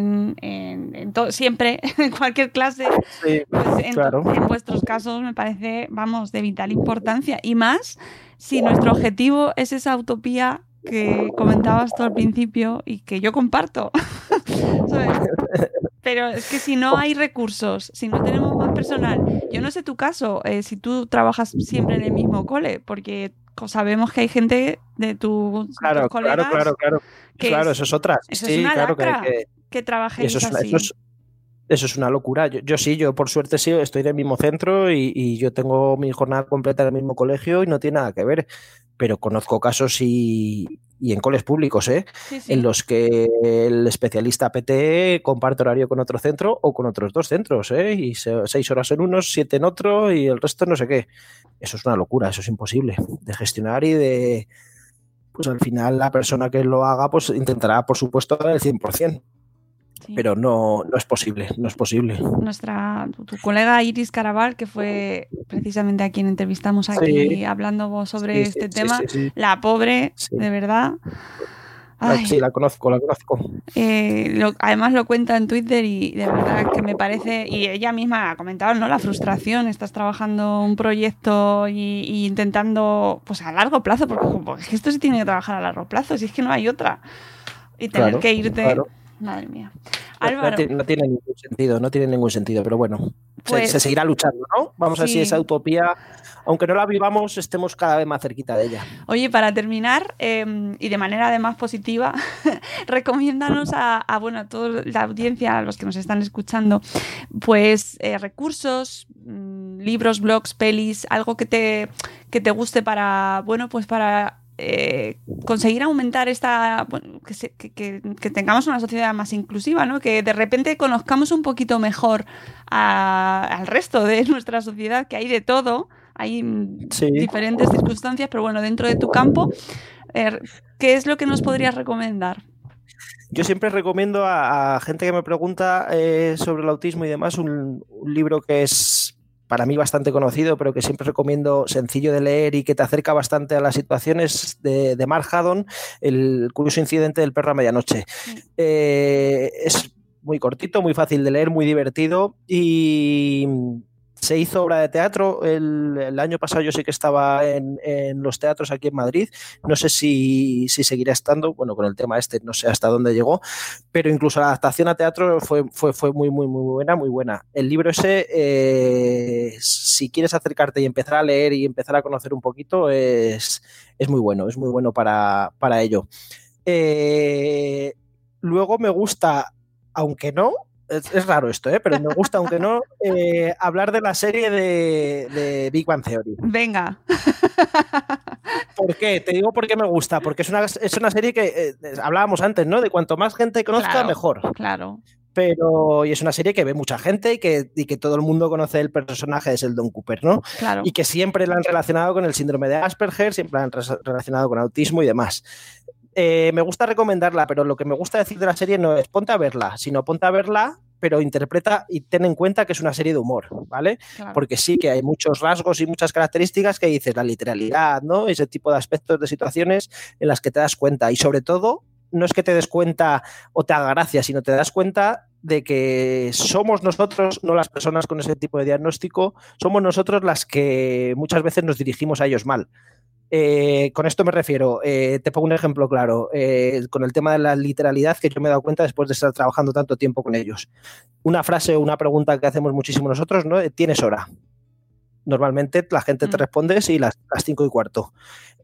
siempre, en cualquier clase, sí, pues claro. En vuestros casos me parece, vamos, de vital importancia. Y más si nuestro objetivo es esa utopía que comentabas tú al principio y que yo comparto. ¿Sabes? Pero es que si no hay recursos, si no tenemos más personal, yo no sé tu caso, si tú trabajas siempre en el mismo cole, porque sabemos que hay gente de tus colegas. Claro, eso es otra. Eso sí, es una claro lacra, que trabajéis así. Eso es una locura. Yo por suerte sí, estoy en el mismo centro y yo tengo mi jornada completa en el mismo colegio y no tiene nada que ver. Pero conozco casos y en coles públicos, Sí. En los que el especialista PT comparte horario con otro centro o con otros dos centros, y 6 horas en unos, 7 en otro y el resto no sé qué. Eso es una locura, eso es imposible de gestionar y de... Pues al final la persona que lo haga pues intentará, por supuesto, dar el 100%. Sí. Pero no es posible, no es posible. Tu colega Iris Caraval, que fue precisamente a quien entrevistamos aquí hablando sobre este tema, la pobre, de verdad. Ay. Sí, la conozco. Además lo cuenta en Twitter y de verdad que me parece, y ella misma ha comentado, ¿no? La frustración, estás trabajando un proyecto y intentando, pues a largo plazo, porque esto se tiene que trabajar a largo plazo, si es que no hay otra. Y tener que irte... Claro. Madre mía. Álvaro, no tiene ningún sentido, pero bueno, pues, se seguirá luchando, ¿no? Vamos a ver si esa utopía, aunque no la vivamos, estemos cada vez más cerquita de ella. Oye, para terminar, y de manera además positiva, recomiéndanos a toda la audiencia, a los que nos están escuchando, pues recursos, libros, blogs, pelis, algo que te guste para, conseguir aumentar que tengamos una sociedad más inclusiva, ¿no? Que de repente conozcamos un poquito mejor al resto de nuestra sociedad, que hay de todo, hay diferentes circunstancias, pero bueno, dentro de tu campo, ¿qué es lo que nos podrías recomendar? Yo siempre recomiendo a gente que me pregunta sobre el autismo y demás un libro que es para mí bastante conocido, pero que siempre recomiendo, sencillo de leer y que te acerca bastante a las situaciones, de Mark Haddon, El curioso incidente del perro a medianoche. Es muy cortito, muy fácil de leer, muy divertido, y se hizo obra de teatro el año pasado. Yo sé que estaba en los teatros aquí en Madrid, no sé si seguirá estando, bueno, con el tema no sé hasta dónde llegó, pero incluso la adaptación a teatro fue muy, muy, muy buena, muy buena. El libro ese, si quieres acercarte y empezar a leer y empezar a conocer un poquito, es muy bueno para ello. Luego me gusta, aunque no, es raro esto, pero me gusta, aunque no, hablar de la serie de Big Bang Theory. Venga. ¿Por qué? Te digo por qué me gusta. Porque es una serie que hablábamos antes, ¿no? De cuanto más gente conozca, Claro, mejor. Claro. Y es una serie que ve mucha gente y que todo el mundo conoce el personaje de Sheldon Cooper, ¿no? Claro. Y que siempre la han relacionado con el síndrome de Asperger, siempre la han relacionado con autismo y demás. Me gusta recomendarla, pero lo que me gusta decir de la serie no es ponte a verla, sino ponte a verla, pero interpreta y ten en cuenta que es una serie de humor, ¿vale? Claro. Porque sí que hay muchos rasgos y muchas características que dices, la literalidad, ¿no? Ese tipo de aspectos, de situaciones en las que te das cuenta. Y sobre todo, no es que te des cuenta o te haga gracia, sino te das cuenta de que somos nosotros, no las personas con ese tipo de diagnóstico, somos nosotros las que muchas veces nos dirigimos a ellos mal. Con esto me refiero, te pongo un ejemplo claro, con el tema de la literalidad, que yo me he dado cuenta después de estar trabajando tanto tiempo con ellos. Una frase o una pregunta que hacemos muchísimo nosotros, ¿no? ¿Tienes hora? Normalmente la gente te responde sí, las 5:15.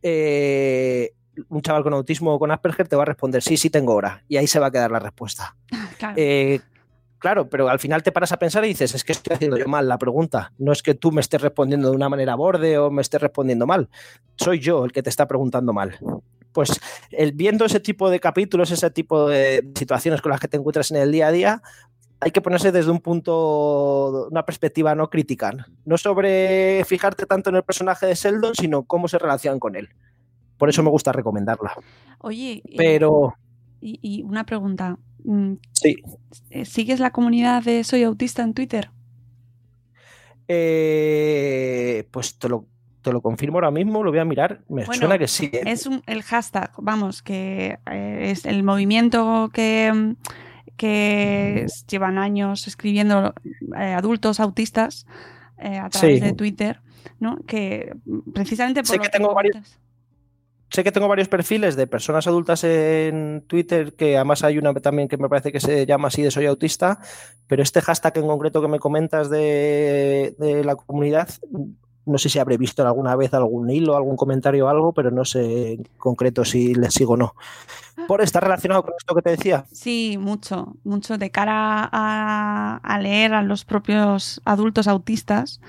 Un chaval con autismo o con Asperger te va a responder sí, tengo hora, y ahí se va a quedar la respuesta. Claro. Claro, pero al final te paras a pensar y dices, es que estoy haciendo yo mal la pregunta. No es que tú me estés respondiendo de una manera borde o me estés respondiendo mal. Soy yo el que te está preguntando mal. Pues viendo ese tipo de capítulos, ese tipo de situaciones con las que te encuentras en el día a día, hay que ponerse desde un punto, una perspectiva no crítica. No sobre fijarte tanto en el personaje de Sheldon, sino cómo se relacionan con él. Por eso me gusta recomendarla. Oye, pero... Y una pregunta. Sí. ¿Sigues la comunidad de Soy Autista en Twitter? Pues te lo confirmo ahora mismo, lo voy a mirar. Suena que sí. Es el hashtag, vamos, que es el movimiento que llevan años escribiendo adultos autistas a través de Twitter, ¿no? Que precisamente por Sé que tengo varios perfiles de personas adultas en Twitter, que además hay una también que me parece que se llama así, de Soy Autista, pero este hashtag en concreto que me comentas de la comunidad, no sé si habré visto alguna vez algún hilo, algún comentario o algo, pero no sé en concreto si les sigo o no. ¿Por estar relacionado con esto que te decía? Sí, mucho de cara a leer a los propios adultos autistas.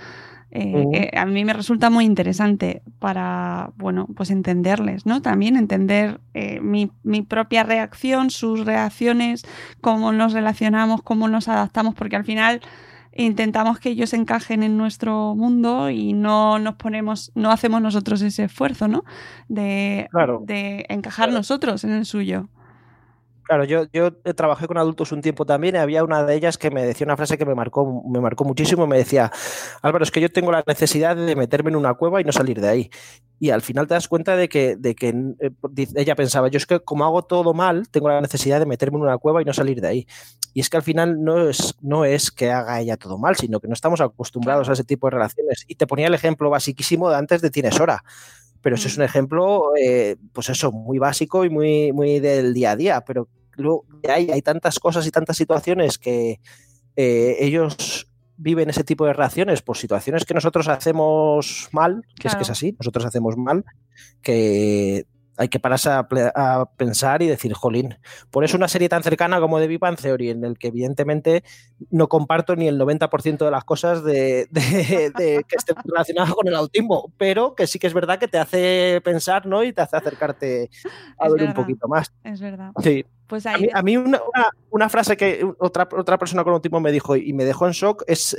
A mí me resulta muy interesante para, bueno, pues entenderles, ¿no? También entender mi propia reacción, sus reacciones, cómo nos relacionamos, cómo nos adaptamos, porque al final intentamos que ellos encajen en nuestro mundo y no hacemos nosotros ese esfuerzo, ¿no? De encajar nosotros en el suyo. Claro, yo trabajé con adultos un tiempo también y había una de ellas que me decía una frase que me marcó muchísimo. Me decía, Álvaro, es que yo tengo la necesidad de meterme en una cueva y no salir de ahí. Y al final te das cuenta de que ella pensaba, yo es que como hago todo mal, tengo la necesidad de meterme en una cueva y no salir de ahí. Y es que al final no es que haga ella todo mal, sino que no estamos acostumbrados a ese tipo de relaciones. Y te ponía el ejemplo basiquísimo de antes de Tienes hora. Pero eso es un ejemplo, pues eso, muy básico y muy, muy del día a día. Pero luego hay tantas cosas y tantas situaciones que ellos viven ese tipo de reacciones por situaciones que nosotros hacemos mal, que es que es así, nosotros hacemos mal, que hay que pararse a pensar y decir, jolín, por eso una serie tan cercana como The Big Bang Theory, en el que evidentemente no comparto ni el 90% de las cosas de que estén relacionadas con el autismo, pero que sí que es verdad que te hace pensar, ¿no? Y te hace acercarte a ver un poquito más. Es verdad. Sí. Pues ahí a mí una frase que otra persona con autismo me dijo y me dejó en shock es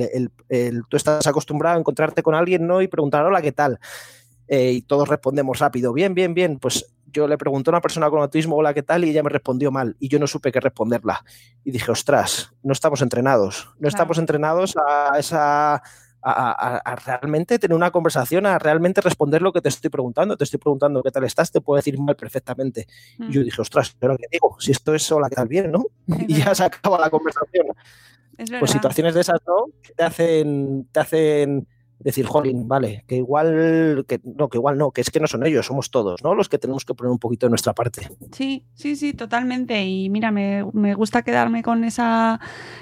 tú estás acostumbrado a encontrarte con alguien, ¿no? Y preguntar, hola, ¿qué tal? Y todos respondemos rápido, bien, bien, bien. Pues yo le pregunté a una persona con autismo, hola, ¿qué tal? Y ella me respondió mal y yo no supe qué responderla. Y dije, ostras, no estamos entrenados. No estamos entrenados a a realmente tener una conversación, a realmente responder lo que te estoy preguntando. Te estoy preguntando qué tal estás, te puedo decir mal perfectamente. Y yo dije, ostras, ¿pero qué digo? Si esto es hola, ¿qué tal bien, no? Y ya se acaba la conversación. Pues situaciones de esas, ¿no? Que te hacen decir, jolín, vale, que igual no, que es que no son ellos, somos todos, ¿no? Los que tenemos que poner un poquito de nuestra parte. Sí, totalmente. Y mira, me gusta quedarme con esa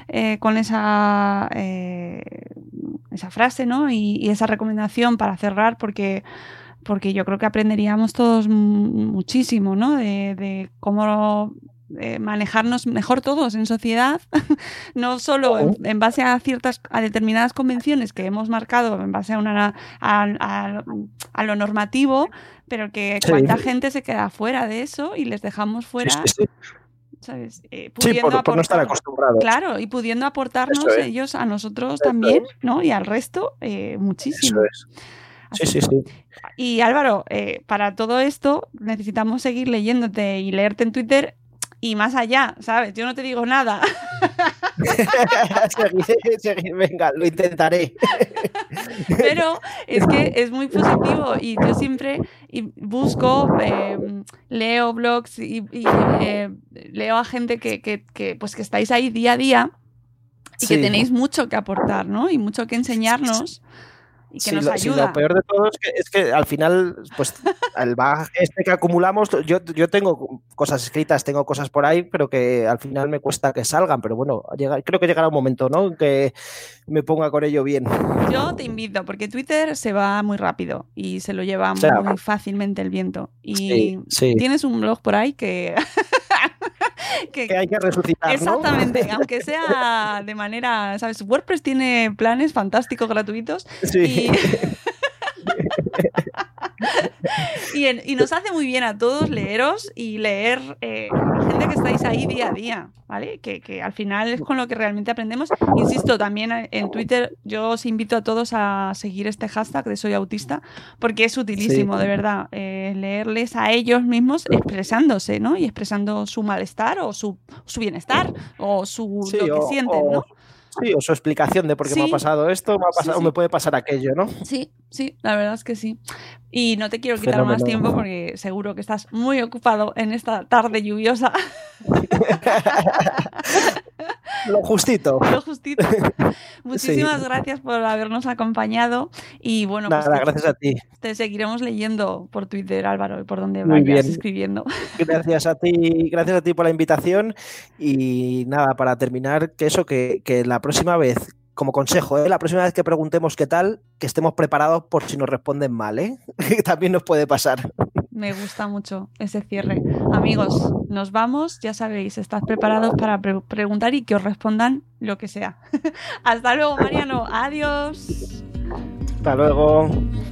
frase, ¿no? Y esa recomendación para cerrar, porque yo creo que aprenderíamos todos muchísimo, ¿no? De cómo manejarnos mejor todos en sociedad, no solo en base a determinadas convenciones que hemos marcado en base a lo normativo, pero que cuánta gente se queda fuera de eso y les dejamos fuera. Sí. ¿Sabes? Por no estar acostumbrados. Claro, y pudiendo aportarnos ellos a nosotros también, ¿no? Y al resto, muchísimo. Eso es. Sí. Y Álvaro, para todo esto necesitamos seguir leyéndote y leerte en Twitter y más allá, ¿sabes? Yo no te digo nada. Seguir, venga, lo intentaré. Pero es que es muy positivo y yo siempre busco, leo blogs y leo a gente que estáis ahí día a día y que tenéis mucho que aportar, ¿no? Y mucho que enseñarnos. Y que nos ayuda. Lo peor de todo es que al final, pues, el bagaje que acumulamos, yo tengo cosas escritas, tengo cosas por ahí, pero que al final me cuesta que salgan. Pero bueno, creo que llegará un momento, ¿no?, en que me ponga con ello bien. Yo te invito, porque Twitter se va muy rápido y se lo lleva muy fácilmente el viento. Y tienes un blog por ahí que... que hay que resucitar, exactamente, ¿no? Aunque sea de manera, ¿sabes? WordPress tiene planes fantásticos gratuitos y nos hace muy bien a todos leeros y leer a la gente que estáis ahí día a día, ¿vale? Que al final es con lo que realmente aprendemos. Insisto, también en Twitter yo os invito a todos a seguir este hashtag de Soy Autista, porque es utilísimo, de verdad, leerles a ellos mismos expresándose, ¿no? Y expresando su malestar o su bienestar o lo que sienten, ¿no? Sí, o su explicación de por qué me ha pasado esto, o me puede pasar aquello, ¿no? Sí, la verdad es que sí. Y no te quiero quitar más tiempo porque seguro que estás muy ocupado en esta tarde lluviosa. Lo justito. Muchísimas gracias por habernos acompañado y bueno, nada, gracias a ti. Te seguiremos leyendo por Twitter, Álvaro, y por donde vayas escribiendo. Gracias a ti por la invitación y nada, para terminar, que la próxima vez, como consejo, la próxima vez que preguntemos qué tal, que estemos preparados por si nos responden mal, que también nos puede pasar. Me gusta mucho ese cierre. Amigos, nos vamos, ya sabéis, estad preparados para preguntar y que os respondan lo que sea. Hasta luego, Mariano. Adiós. Hasta luego.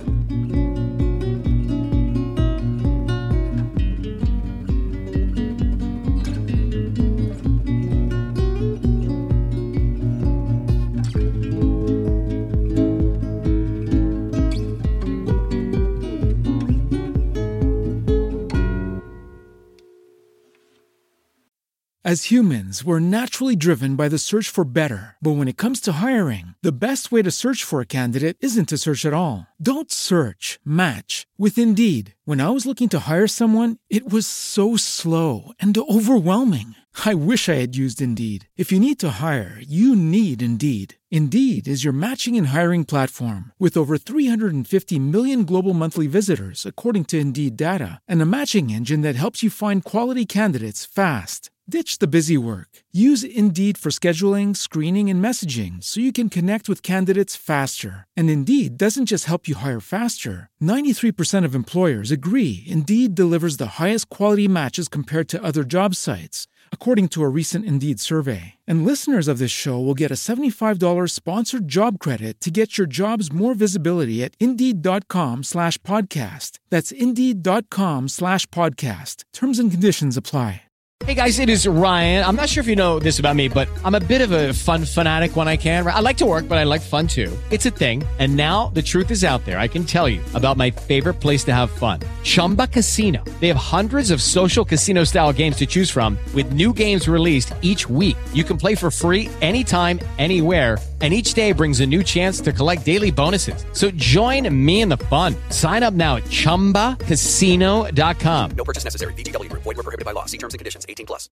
As humans, we're naturally driven by the search for better. But when it comes to hiring, the best way to search for a candidate isn't to search at all. Don't search, match with Indeed. When I was looking to hire someone, it was so slow and overwhelming. I wish I had used Indeed. If you need to hire, you need Indeed. Indeed is your matching and hiring platform with over 350 million global monthly visitors, according to Indeed data, and a matching engine that helps you find quality candidates fast. Ditch the busy work. Use Indeed for scheduling, screening, and messaging so you can connect with candidates faster. And Indeed doesn't just help you hire faster. 93% of employers agree Indeed delivers the highest quality matches compared to other job sites, according to a recent Indeed survey. And listeners of this show will get a $75 sponsored job credit to get your jobs more visibility at Indeed.com/podcast. That's Indeed.com/podcast. Terms and conditions apply. Hey guys, it is Ryan. I'm not sure if you know this about me, but I'm a bit of a fun fanatic when I can. I like to work, but I like fun too. It's a thing. And now the truth is out there. I can tell you about my favorite place to have fun. Chumba Casino. They have hundreds of social casino style games to choose from with new games released each week. You can play for free anytime, anywhere. And each day brings a new chance to collect daily bonuses. So join me in the fun. Sign up now at ChumbaCasino.com. No purchase necessary. VGW Group. Void where prohibited by law. See terms and conditions. 18+.